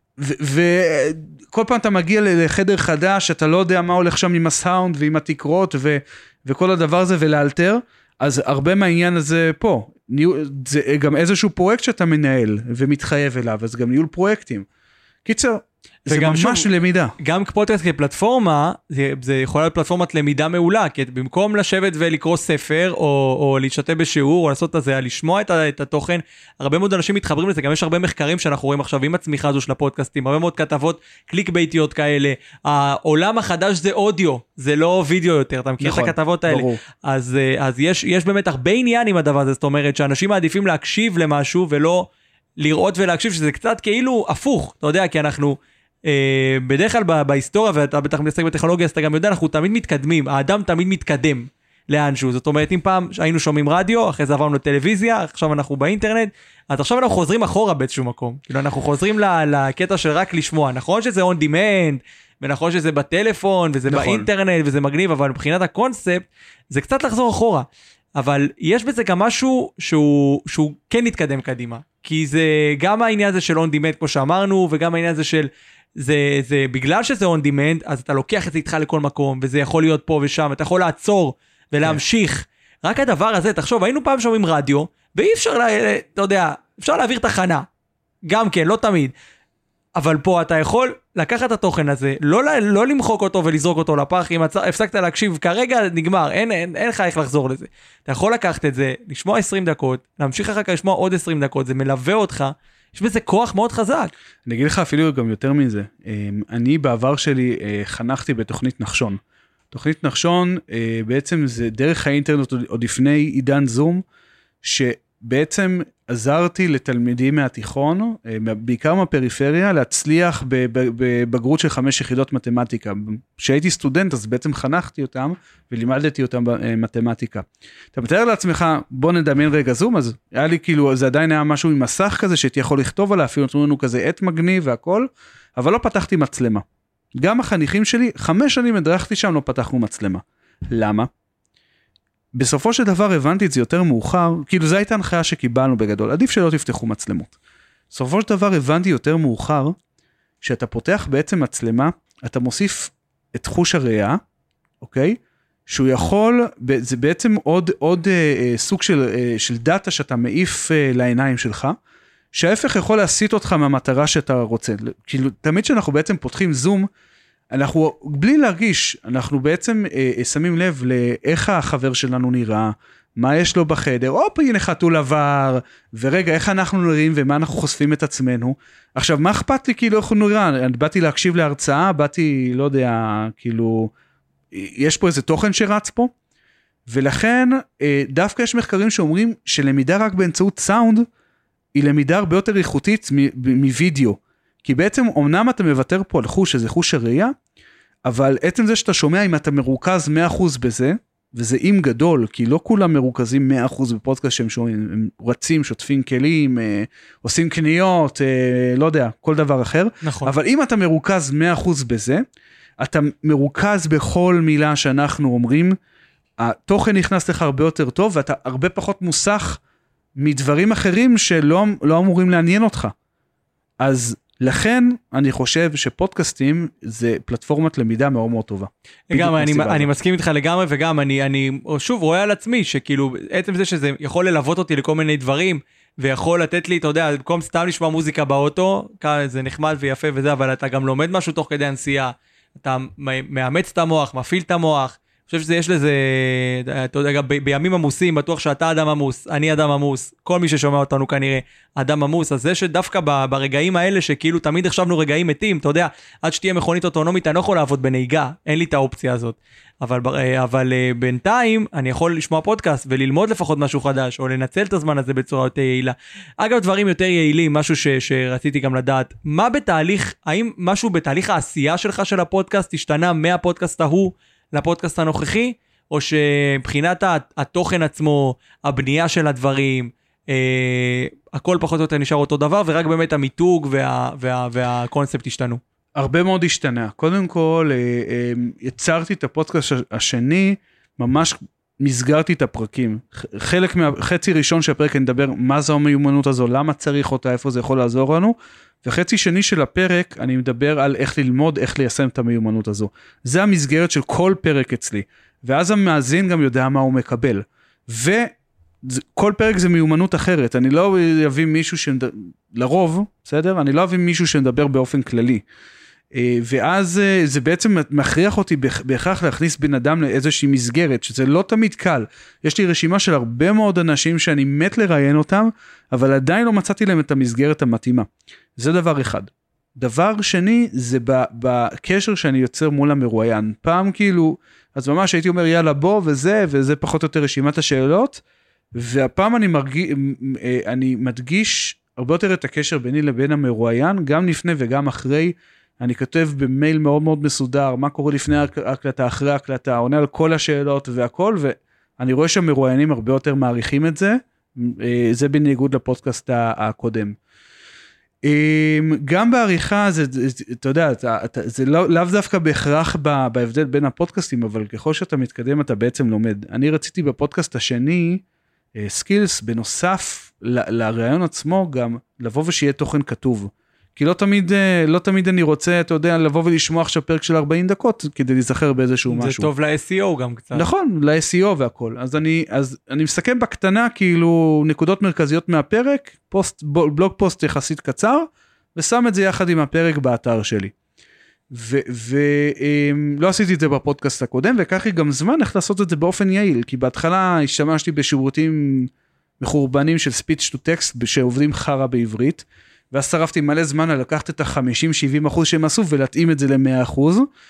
וכל פעם אתה מגיע לחדר חדש, אתה לא יודע מה הולך שם עם הסאונד ועם התקרות וכל הדבר הזה ולאלתר, אז הרבה מהעניין הזה פה, זה גם איזשהו פרויקט שאתה מנהל ומתחייב אליו, אז גם ניהול פרויקטים. קיצר, זה ממש למידה. גם פודקאסט כפלטפורמה, זה יכול להיות פלטפורמת למידה מעולה, כי במקום לשבת ולקרוא ספר, או להשתתף בשיעור, או לעשות את זה, לשמוע את התוכן, הרבה מאוד אנשים מתחברים לזה, גם יש הרבה מחקרים שאנחנו רואים עכשיו עם הצמיחה הזו של הפודקאסטים, הרבה מאוד כתבות קליק ביתיות כאלה, העולם החדש זה אודיו, זה לא וידאו יותר, אתה מכיר את הכתבות האלה? אז יש באמת הרבה עניין עם הדבר הזה, זאת אומרת שאנשים מעדיפים להקשיב למשהו, ולא לראות ולהקשיב, שזה קצת כאילו הפוך, אתה יודע, כי אנחנו בדרך כלל בהיסטוריה, ואתה בטח מתעסק בטכנולוגיה, אז אתה גם יודע, אנחנו תמיד מתקדמים, האדם תמיד מתקדם לאנשהו, זאת אומרת, אם פעם היינו שומעים רדיו, אחרי זה עברנו לטלוויזיה, עכשיו אנחנו באינטרנט, אז עכשיו אנחנו חוזרים אחורה באיזשהו מקום, כאילו אנחנו חוזרים לקטע של רק לשמוע, נכון שזה on demand, ונכון שזה בטלפון, וזה נכון. באינטרנט, וזה מגניב, אבל מבחינת הקונספט, זה קצת לחזור אחורה, אבל יש בזה גם משהו שהוא כן נתקדם קדימה, כי זה גם העניין הזה של on demand, כמו שאמרנו, וגם העניין הזה של זה בגלל שזה on demand, אז אתה לוקח את זה איתך לכל מקום, וזה יכול להיות פה ושם, אתה יכול לעצור ולהמשיך. רק הדבר הזה, תחשוב, היינו פעם שומעים רדיו, ואי אפשר, אתה יודע, אפשר להעביר תחנה. גם כן, לא תמיד. אבל פה אתה יכול לקחת את התוכן הזה, לא למחוק אותו ולזרוק אותו לפח, אם הפסקת להקשיב, כרגע נגמר, אין לך איך לחזור לזה. אתה יכול לקחת את זה, לשמוע 20 דקות, להמשיך אחר כך לשמוע עוד 20 דקות, זה מלווה אותך, יש בזה כוח מאוד חזק. אני אגיד לך אפילו גם יותר מזה. אני בעבר שלי חנכתי בתוכנית נחשון. תוכנית נחשון בעצם זה דרך האינטרנט עוד לפני עידן זום, שבעצם עזרתי לתלמידים מהתיכון, בעיקר מהפריפריה, להצליח בבגרות של 5 יחידות מתמטיקה. כשהייתי סטודנט, אז בעצם חנכתי אותם, ולימדתי אותם במתמטיקה. אתה מתאר לעצמך, בוא נדמיין רגע זום, אז היה לי כאילו, זה עדיין היה משהו עם מסך כזה, שהייתי יכול לכתוב עליו, אפילו נתנו לנו כזה עט מגניב והכל, אבל לא פתחתי מצלמה. גם החניכים שלי, 5 שנים הדרכתי שם, לא פתחנו מצלמה. למה? בסופו של דבר הבנתי את זה יותר מאוחר, כאילו זו הייתה הנחיה שקיבלנו בגדול, עדיף שלא תפתחו מצלמות. בסופו של דבר הבנתי יותר מאוחר, שאתה פותח בעצם מצלמה, אתה מוסיף את חוש הראייה, אוקיי? שהוא יכול, זה בעצם עוד סוג של דאטה שאתה מעיף לעיניים שלך, שההפך יכול להסיט אותך מהמטרה שאתה רוצה. כאילו תמיד שאנחנו בעצם פותחים זום, אנחנו, בלי להרגיש, אנחנו בעצם שמים לב לאיך החבר שלנו נראה, מה יש לו בחדר, אופ, הנה חתול עבר, ורגע, איך אנחנו נראים ומה אנחנו חושפים את עצמנו. עכשיו, מה אכפת לי כאילו איך הוא נראה? אני באתי להקשיב להרצאה, באתי, לא יודע, כאילו, יש פה איזה תוכן שרץ פה, ולכן דווקא יש מחקרים שאומרים שלמידה רק באמצעות סאונד, היא למידה הרבה יותר איכותית מווידאו. כי בעצם אומנם אתה מוותר פה על חוש, שזה חוש הראייה, אבל עצם זה שאתה שומע אם אתה מרוכז 100% בזה, וזה עם גדול, כי לא כולם מרוכזים 100% בפודקאסט שהם שומעים, הם רצים, שוטפים כלים, עושים קניות, לא יודע, כל דבר אחר. נכון. אבל אם אתה מרוכז 100% בזה, אתה מרוכז בכל מילה שאנחנו אומרים, התוכן נכנס לך הרבה יותר טוב, ואתה הרבה פחות מוסך מדברים אחרים שלא אמורים לעניין אותך. אז לכן אני חושב שפודקאסטים זה פלטפורמת למידה מאוד מאוד טובה. לגמרי, אני מסכים איתך לגמרי, וגם אני שוב רואה על עצמי, שכאילו עצם זה שזה יכול ללוות אותי לכל מיני דברים, ויכול לתת לי, אתה יודע, במקום סתם לשמוע מוזיקה באוטו, זה נחמד ויפה וזה, אבל אתה גם לומד משהו תוך כדי הנסיעה, אתה מאמץ את המוח, מפעיל את המוח, אני חושב שיש לזה, אתה יודע, בימים עמוסים, בטוח שאתה אדם עמוס, אני אדם עמוס, כל מי ששומע אותנו כנראה אדם עמוס, אז זה שדווקא ברגעים האלה, שכאילו תמיד חשבנו רגעים מתים, אתה יודע, עד שתהיה מכונית אוטונומית, אני לא יכול לעבוד בנהיגה, אין לי את האופציה הזאת, אבל בינתיים, אני יכול לשמוע פודקאסט, וללמוד לפחות משהו חדש, או לנצל את הזמן הזה בצורה יותר יעילה. אגב, דברים יותר יעילים, משהו שרציתי גם לדעת, מה בתהליך, האם משהו בתהליך העשייה שלך של הפודקאסט, השתנה מהפודקאסט ההוא, לפודקאסט הנוכחי, או שבחינת התוכן עצמו, הבנייה של הדברים, הכל פחות או יותר נשאר אותו דבר, ורק באמת המיתוג והקונספט השתנו. הרבה מאוד השתנה. קודם כל, יצרתי את הפודקאסט השני, ממש מסגרתי את הפרקים. חצי ראשון של הפרק אני מדבר מה זו המיומנות הזו, למה צריך אותה, איפה זה יכול לעזור לנו, וחצי שני של הפרק אני מדבר על איך ללמוד, איך ליישם את המיומנות הזו. זה המסגרת של כל פרק אצלי, ואז המאזין גם יודע מה הוא מקבל. כל פרק זה מיומנות אחרת, אני לא אביא מישהו לרוב, בסדר? אני לא אביא מישהו שמדבר באופן כללי. ואז זה בעצם מכריח אותי בהכרח להכניס בן אדם לאיזושהי מסגרת, שזה לא תמיד קל. יש לי רשימה של הרבה מאוד אנשים שאני מת לראיין אותם, אבל עדיין לא מצאתי להם את המסגרת המתאימה. זה דבר אחד. דבר שני, זה בקשר שאני יוצר מול המרואיין. פעם כאילו, אז ממש הייתי אומר יאללה בוא וזה פחות או יותר רשימת השאלות, והפעם אני מדגיש הרבה יותר את הקשר ביני לבין המרואיין, גם לפני וגם אחרי. אני כותב במייל מאוד מאוד מסודר, מה קורה לפני ההקלטה, אחרי ההקלטה, עונה על כל השאלות והכל, ואני רואה שהמרואיינים הרבה יותר מעריכים את זה, זה בניגוד לפודקאסט הקודם. גם בעריכה, אתה יודע, זה לאו דווקא בהכרח בהבדל בין הפודקאסטים, אבל ככל שאתה מתקדם אתה בעצם לומד. אני רציתי בפודקאסט השני, סקילס, בנוסף לרעיון עצמו, גם לבוא ושיהיה תוכן כתוב. כי לא תמיד אני רוצה, אתה יודע, לבוא ולשמוע עכשיו פרק של 40 דקות, כדי להיזכר באיזשהו משהו. זה טוב ל-SEO גם קצת. נכון, ל-SEO והכל. אז אני מסכם בקטנה, כאילו, נקודות מרכזיות מהפרק, בלוג פוסט יחסית קצר, ושם את זה יחד עם הפרק באתר שלי. ולא עשיתי את זה בפודקאסט הקודם, וכך היא גם זמן איך לעשות את זה באופן יעיל, כי בהתחלה השתמשתי בשירותים מחורבנים של speech to text, שעובדים חרה בעברית, ואז שרפתי מלא זמן על לקחת את ה-50-70% שהם עשו, ולהתאים את זה ל-100%,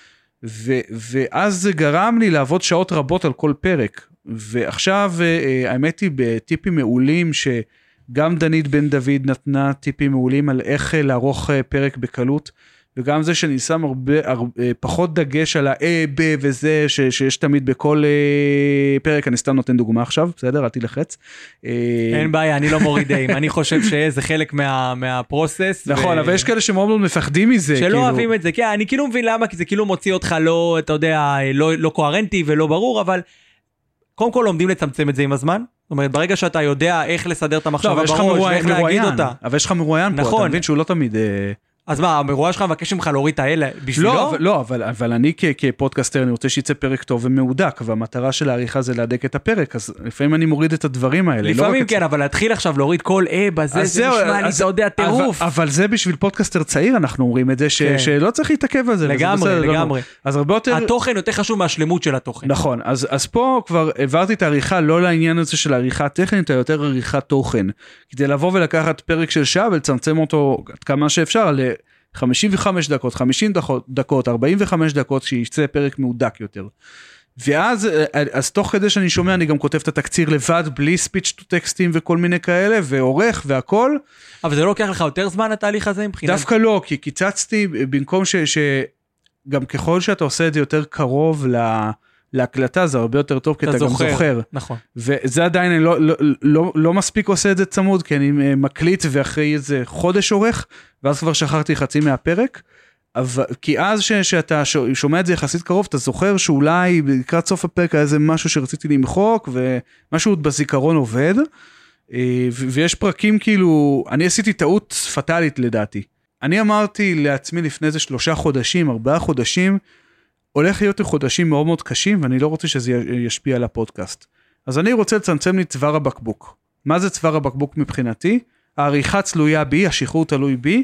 ואז זה גרם לי לעבוד שעות רבות על כל פרק, ועכשיו האמת היא בטיפים מעולים, שגם דנית בן דוד נתנה טיפים מעולים, על איך לערוך פרק בקלות, וגם זה שאני שם פחות דגש על ב וזה, שיש תמיד בכל פרק, אני סתם נותן דוגמה עכשיו, בסדר? אל תלחץ. אין בעיה, אני לא מורידים, אני חושב שזה חלק מהפרוסס. נכון, אבל יש כאלה שמאוד מאוד מפחדים מזה. שלא אוהבים את זה, כן, אני כאילו מבין למה, כי זה כאילו מוציא אותך לא, אתה יודע, לא קוהרנטי ולא ברור, אבל קודם כל לומדים לצמצם את זה עם הזמן. זאת אומרת, ברגע שאתה יודע איך לסדר את המחשבה בראש, ואיך להגיד אותה. אבל יש לך מרואיין פה, אתה מבין שהוא לא תמיד... אז מה, המרואיין שלך מבקש ממך להוריד את האלה בשבילו? לא, אבל אני כפודקאסטר, אני רוצה שיצא פרק טוב ומהודק, והמטרה של העריכה זה להדק את הפרק, אז לפעמים אני מוריד את הדברים האלה. לפעמים כן, אבל להתחיל עכשיו להוריד כל בזה, זה נשמע לי, אתה יודע, טירוף. אבל זה בשביל פודקאסטר צעיר, אנחנו אומרים את זה, שלא צריך להתעכב על זה. לגמרי. אז הרבה יותר... התוכן יותר חשוב מהשלמות של התוכן. נכון, אז פה כבר העברתי את העריכה, לא לעניין הזה של העריכה הטכנית, אלא יותר עריכת תוכן, כדי לבוא ולקחת פרק של שעה ולצמצם אותו כמה שאפשר 55 דקות, 50 דקות, 45 דקות, שיצא פרק מהודק יותר. ואז תוך כדי שאני שומע, אני גם כותב את התקציר לבד, בלי speech to טקסטים וכל מיני כאלה, ועורך והכל. אבל זה לא לוקח לך יותר זמן התהליך הזה מבחינת? דווקא לא, כי קיצצתי, במקום גם ככל שאתה עושה את זה יותר קרוב להקלטה, זה הרבה יותר טוב, כי אתה גם זוכר. נכון. וזה עדיין, אני לא מספיק עושה את זה צמוד, כי אני מקליט ואחרי איזה חודש עורך, ואז כבר שכחתי חצי מהפרק, כי אז שאתה שומע את זה יחסית קרוב, אתה זוכר שאולי לקראת סוף הפרק היה איזה משהו שרציתי למחוק, ומשהו בזיכרון עובד, ויש פרקים כאילו, אני עשיתי טעות פטלית לדעתי. אני אמרתי לעצמי לפני איזה 3 חודשים, 4 חודשים, הולך להיות חודשים מאוד מאוד קשים, ואני לא רוצה שזה ישפיע על הפודקאסט. אז אני רוצה לצמצם לי צוואר הבקבוק. מה זה צוואר הבקבוק מבחינתי? העריכה צלויה בי, השחרור תלוי בי,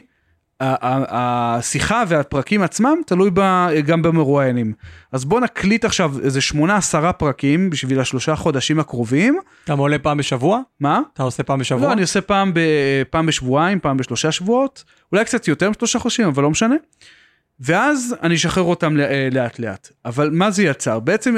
השיחה והפרקים עצמם תלוי גם במרואיינים. אז בוא נקליט עכשיו איזה 8-10 פרקים בשביל 3 חודשים הקרובים. אתה עולה פעם בשבוע? מה? אתה עושה פעם בשבוע? לא, אני עושה פעם בשבועיים, פעם ב3 שבועות, אולי קצת יותר מ3 חודשים, אבל לא משנה. ואז אני אשחרר אותם לאט לאט. אבל מה זה יצר? בעצם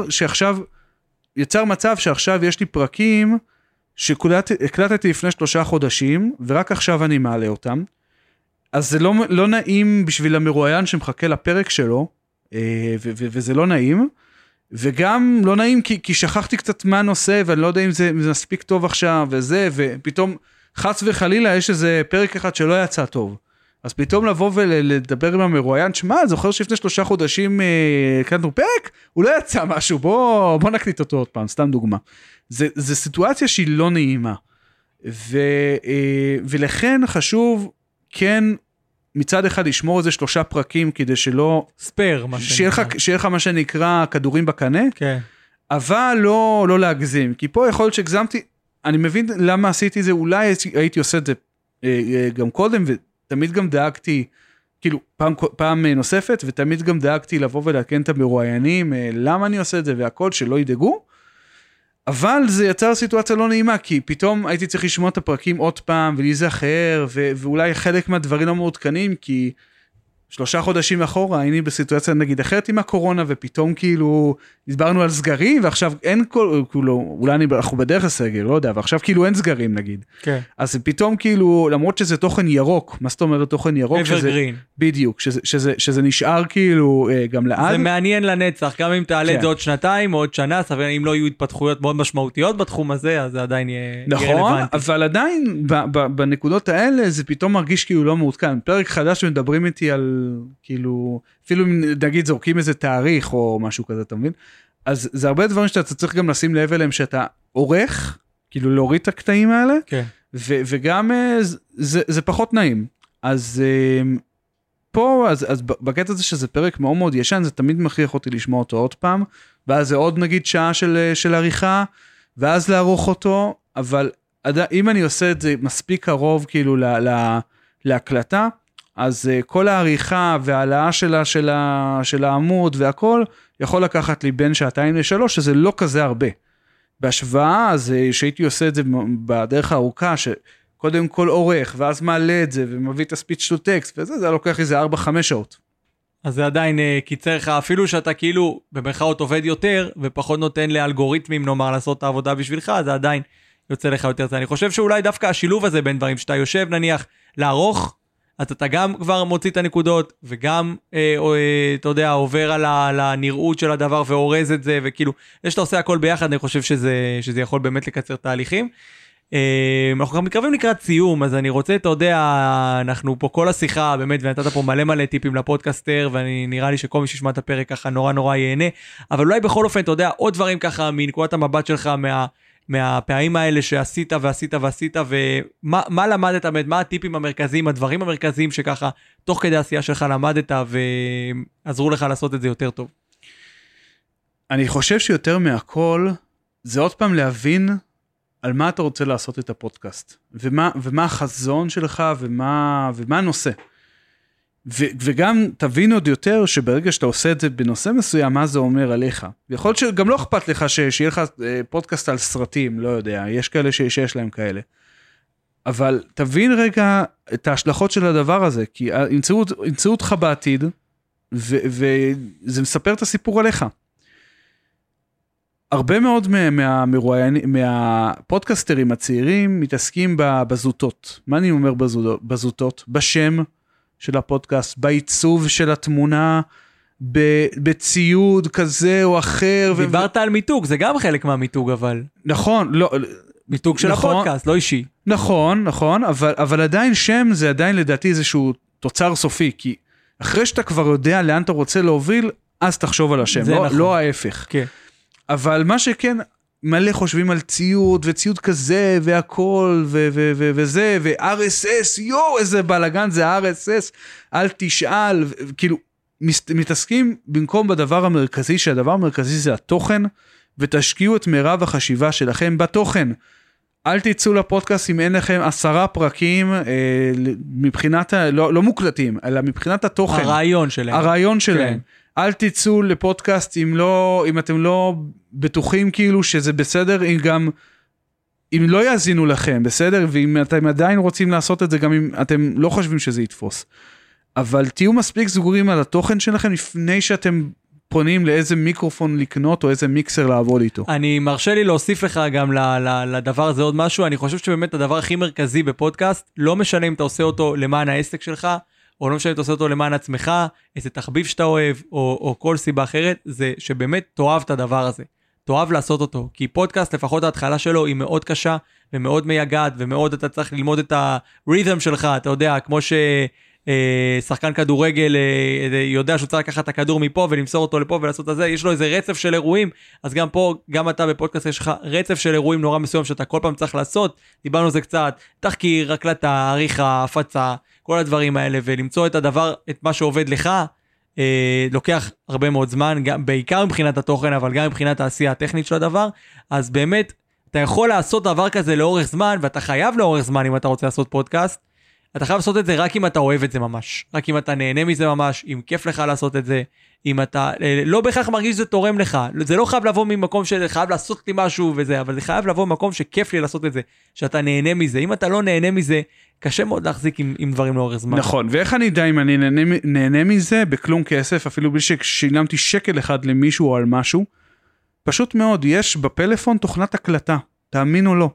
יצר מצב שעכשיו יש לי פרקים שהקלטתי לפני 3 חודשים, ורק עכשיו אני מעלה אותם. אז זה לא נעים בשביל המרואיין שמחכה לפרק שלו, וזה לא נעים, וגם לא נעים כי שכחתי קצת מה הנושא, ואני לא יודע אם זה מספיק טוב עכשיו וזה, ופתאום חס וחלילה יש איזה פרק אחד שלא יצא טוב. אז פתאום לבוא ולדבר עם המרואיין, שמה, זוכר שלפני 3 חודשים הקלטנו פרק? הוא לא יצא משהו, בוא נקליט אותו עוד פעם, סתם דוגמה. זה סיטואציה שהיא לא נעימה. ולכן חשוב, כן, מצד אחד לשמור איזה 3 פרקים, כדי שלא... ספר, מה שנקרא. שיהיה לך מה שנקרא כדורים בקנה. כן. אבל לא להגזים, כי פה יכול להיות שהגזמתי, אני מבין למה עשיתי זה, אולי הייתי עושה את זה גם קודם, ותמיד גם דאגתי, כאילו פעם נוספת, ותמיד גם דאגתי לבוא ולעדכן את המרואיינים, למה אני עושה את זה והכל, שלא ידאגו, אבל זה יצר סיטואציה לא נעימה, כי פתאום הייתי צריך לשמוע את הפרקים עוד פעם, ולהיזכר, ואולי חלק מהדברים לא מעודכנים, כי 3 חודשים אחורה, היינו בסיטואציה נגיד אחרת עם הקורונה, ופתאום כאילו, דיברנו על סגרים, ועכשיו אין אולי אנחנו בדרך הסגר, לא יודע, ועכשיו כאילו אין סגרים נגיד. כן. אז פתאום כאילו, למרות שזה תוכן ירוק, מה זאת אומרת תוכן ירוק? אברגרין. בדיוק, שזה נשאר כאילו גם לעד. זה מעניין לנצח, גם אם תעלה את זה עוד שנתיים, או עוד שנה, סביר, אם לא יהיו התפתחויות מאוד משמעותיות בתחום הזה, אז זה עדיין יהיה רלוונטי. נכון, אבל עדיין, בנקודות האלה, זה פתאום מרגיש כאילו לא מעודכן. פרק חדש מדברים איתי על כאילו, אפילו אם נגיד זורקים איזה תאריך או משהו כזה, אתה מבין? אז זה הרבה דברים שאתה צריך גם לשים לב אליהם שאתה עורך, כאילו להוריד את הקטעים האלה, כן. וגם זה פחות נעים. אז פה, אז בקטע הזה שזה פרק מאוד מאוד ישן, זה תמיד מכריח אותי לשמוע אותו עוד פעם, ואז זה עוד נגיד שעה של עריכה, ואז לערוך אותו, אבל אם אני עושה את זה מספיק קרוב כאילו להקלטה, אז כל העריכה והעלאה של העמוד והכל, יכול לקחת לי בין 2-3, שזה לא כזה הרבה. בהשוואה, אז שהייתי עושה את זה בדרך הארוכה, שקודם כל עורך, ואז מעלה את זה, ומביא את הספיץ' טו טקסט, וזה, זה לוקח איזה 4-5 שעות. אז זה עדיין קיצר לך, אפילו שאתה כאילו במרכאות עובד יותר, ופחות נותן לאלגוריתמים, נאמר, לעשות את העבודה בשבילך, זה עדיין יוצא לך יותר. אני חושב שאולי דווקא השילוב הזה בין דברים, שאתה יושב נניח לערוך, אז אתה גם כבר מוציא את הנקודות, וגם, אתה יודע, עובר על הנראות של הדבר, ואורז את זה, וכאילו, זה שאתה עושה הכל ביחד, אני חושב שזה יכול באמת לקצר תהליכים. אנחנו גם מתקרבים לקראת סיום, אז אני רוצה, אתה יודע, אנחנו פה כל השיחה, באמת, ונתת פה מלא טיפים לפודקאסטר, ואני נראה לי שכל מי שישמע את הפרק ככה נורא ייהנה, אבל אולי בכל אופן, אתה יודע, עוד דברים ככה, מנקודת המבט שלך, מהפעמים האלה שעשית, ומה למדת, מה הטיפים המרכזיים, הדברים המרכזיים שככה, תוך כדי העשייה שלך למדת, ועזרו לך לעשות את זה יותר טוב? אני חושב שיותר מהכל, זה עוד פעם להבין על מה אתה רוצה לעשות את הפודקאסט, ומה החזון שלך, ומה הנושא. וגם תבין עוד יותר שברגע שאתה עושה את זה בנושא מסוים, מה זה אומר עליך. ויכול להיות שגם לא אכפת לך שיהיה לך פודקאסט על סרטים, לא יודע, יש כאלה שיש להם כאלה. אבל תבין רגע את ההשלכות של הדבר הזה, כי ימצאו אותך בעתיד, וזה מספר את הסיפור עליך. הרבה מאוד מהפודקאסטרים הצעירים מתעסקים בזוטות. מה אני אומר בזוטות? בשם של הפודקאסט, בעיצוב של התמונה, בציוד כזה או אחר. דיברת על מיתוג, זה גם חלק מהמיתוג אבל. נכון, לא. מיתוג של הפודקאסט, לא אישי. נכון, אבל עדיין שם זה עדיין לדעתי איזשהו תוצר סופי, כי אחרי שאתה כבר יודע לאן אתה רוצה להוביל, אז תחשוב על השם, לא ההפך. כן. אבל מה שכן, מלא חושבים על ציוד, וציוד כזה, והכל, וזה, ו-RSS, איזה בלגן זה RSS, אל תשאל, כאילו, מתעסקים במקום בדבר המרכזי, שהדבר המרכזי זה התוכן, ותשקיעו את מירב החשיבה שלכם בתוכן. אל תצאו לפודקאסט אם אין לכם 10 פרקים, מבחינת, לא מוקלטים, אלא מבחינת התוכן. הרעיון שלהם. אל תצאו לפודקאסט אם אתם לא בטוחים כאילו שזה בסדר, אם לא יאזינו לכם, בסדר? ואם אתם עדיין רוצים לעשות את זה, גם אם אתם לא חושבים שזה יתפוס. אבל תהיו מספיק סגורים על התוכן שלכם, לפני שאתם פונים לאיזה מיקרופון לקנות, או איזה מיקסר לעבוד איתו. אני מרשה לי להוסיף לך גם לדבר הזה עוד משהו, אני חושב שבאמת הדבר הכי מרכזי בפודקאסט, לא משנה אם אתה עושה אותו למען העסק שלך, או לא משנה אם אתה עושה אותו למען עצמך, איזה תחביב שאתה אוהב, או כל סיבה אחרת, זה שבאמת תאהב את הדבר הזה. תאהב לעשות אותו, כי פודקאסט, לפחות ההתחלה שלו, היא מאוד קשה, ומאוד מייגעת, ומאוד אתה צריך ללמוד את הרית'ם שלך, אתה יודע, כמו ששחקן כדורגל יודע שהוא צריך לקחת את הכדור מפה, ולמסור אותו לפה ולעשות את זה, יש לו איזה רצף של אירועים, אז גם פה, גם אתה בפודקאסט, יש לך רצף של אירועים נורא מסוים, שאתה כל פעם צריך לעשות, דיברנו על זה קצת, תחקיר, הקלטה, עריכה, הפצה, כל הדברים האלה, ולמצוא את הדבר, את מה שעובד לך, לוקח הרבה מאוד זמן, בעיקר מבחינת התוכן, אבל גם מבחינת העשייה הטכנית של הדבר, אז באמת, אתה יכול לעשות דבר כזה לאורך זמן, ואתה חייב לאורך זמן אם אתה רוצה לעשות פודקאסט, אתה חייב לעשות את זה רק אם אתה אוהב את זה ממש, רק אם אתה נהנה מזה ממש, אם כיף לך לעשות את זה, אם אתה לא בהכרח מרגיש שזה תורם לך, זה לא חייב לבוא ממקום שחייב לעשות לי משהו וזה, אבל זה חייב לבוא ממקום שכיף לי לעשות את זה, שאתה נהנה מזה, אם אתה לא נהנה מזה, קשה מאוד להחזיק עם דברים לאורך זמן. נכון, ואיך אני יודע אם אני נהנה מזה בכלום כסף, אפילו בלי ששילמתי שקל אחד למישהו או על משהו, פשוט מאוד, יש בפלאפון תוכנת הקלטה, תאמינו לו.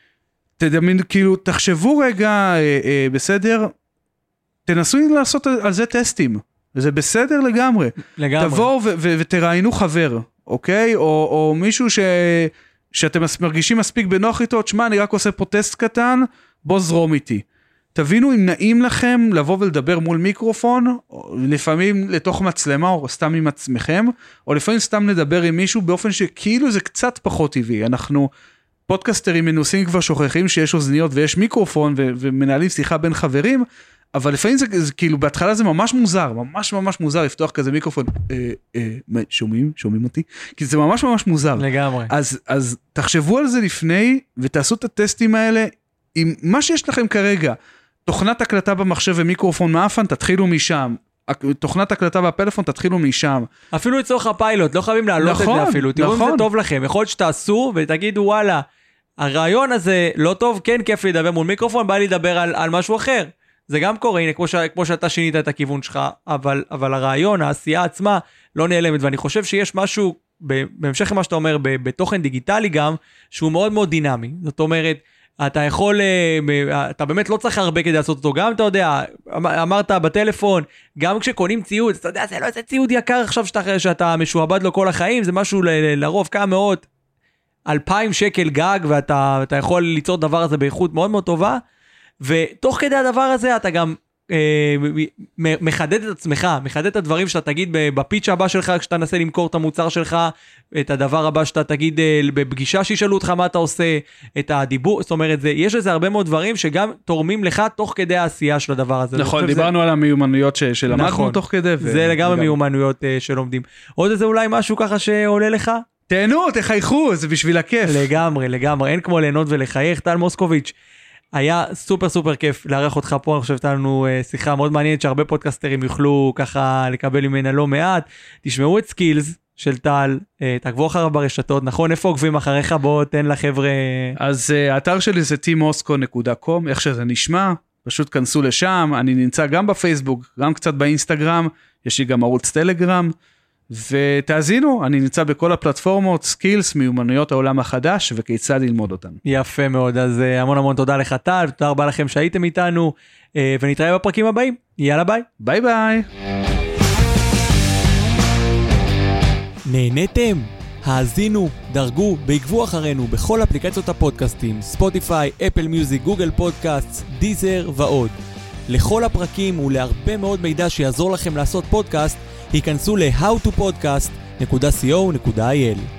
כאילו, תחשבו רגע, בסדר, תנסו לעשות על זה טסטים, זה בסדר לגמרי. תבואו ותראיינו חבר, אוקיי? או מישהו שאתם מרגישים מספיק בנוח איתו, תשמע, אני רק עושה פה טסט קטן, בוא זרום איתי. תבינו אם נעים לכם לבוא ולדבר מול מיקרופון, לפעמים לתוך מצלמה או סתם עם עצמכם, או לפעמים סתם לדבר עם מישהו באופן שכאילו זה קצת פחות טבעי. אנחנו פודקאסטרים מנוסים כבר שוכחים שיש אוזניות ויש מיקרופון ומנהלים שיחה בין חברים, אבל לפעמים זה כאילו בהתחלה זה ממש מוזר, ממש מוזר לפתוח כזה מיקרופון, שומעים אותי? כי זה ממש מוזר. לגמרי. אז תחשבו על זה לפני ותעשו את הטסטים האלה, עם מה שיש לכם כרגע, תוכנת הקלטה במחשב ומיקרופון מאפן, תתחילו משם, תוכנת הקלטה והפלאפון, תתחילו משם. אפילו לצורך הפיילוט, לא חייבים להעלות את זה אפילו, תראו אם זה טוב לכם, יכול להיות שתעשו ותגידו וואלה, הרעיון הזה לא טוב, כן כיף לי לדבר מול מיקרופון, בא לי לדבר על משהו אחר. זה גם קורה, הנה, כמו שאתה שינית את הכיוון שלך, אבל הרעיון, העשייה עצמה, לא נעלמת, ואני חושב שיש משהו, בהמשך למה שאתה אומר, בתוכן דיגיטלי גם, שהוא מאוד מאוד דינמי. זאת אומרת, אתה יכול, אתה באמת לא צריך הרבה כדי לעשות אותו, גם אתה יודע, אמרת בטלפון, גם כשקונים ציוד, אתה יודע, זה לא איזה ציוד יקר עכשיו שאתה משועבד לו כל החיים, זה משהו לרוב כמה מאות, 2,000 שקל גג, ואתה יכול ליצור דבר הזה באיכות מאוד מאוד טובה, ותוך כדי הדבר הזה אתה גם מחדד את עצמך, מחדד את הדברים שאתה תגיד בפיץ' הבא שלך, כשאתה נסה למכור את המוצר שלך, את הדבר הבא שאתה תגיד בפגישה שישאלו אותך מה אתה עושה, את הדיבור, זאת אומרת, יש לזה הרבה מאוד דברים שגם תורמים לך תוך כדי העשייה של הדבר הזה. נכון, דיברנו על המיומנויות שלמדנו תוך כדי. זה לגמרי מיומנויות שלומדים. עוד איזה אולי משהו ככה שעולה לך? תהנו, תחייכו, זה בשביל הכיף. לגמרי, אין כמו ליהנות ולחייך. טל מוסקוביץ', היה סופר כיף לארח אותך פה, אני חושב שתהיה לנו שיחה מאוד מעניינת, שהרבה פודקאסטרים יוכלו ככה לקבל ממנה לא מעט. תשמעו את סקילס של טל, תעקבו אחריו ברשתות, נכון? איפה עוקבים אחריך? בוא תן לחבר'ה. אז האתר שלי זה tmosco.com, איך שזה נשמע, פשוט כנסו לשם, אני נמצא גם בפייסבוק, גם קצת באינסטגרם, יש לי גם ערוץ טלגרם, ותאזינו, אני נמצא בכל הפלטפורמות, סקילס, מיומנויות העולם החדש, וכיצד ללמוד אותן. יפה מאוד, אז המון תודה לך טל, תודה רבה לכם שהייתם איתנו, ונתראה בפרקים הבאים. יאללה ביי. ביי ביי. נהניתם? האזינו, דרגו, בעקבו אחרינו בכל אפליקציות הפודקאסטים, ספוטיפיי, אפל מיוזיק, גוגל פודקאסט, דיזר ועוד. לכל הפרקים ולהרבה מאוד מידע שיעזור לכם לעשות פודקאסט, היכנסו ל-howtopodcast.co.il.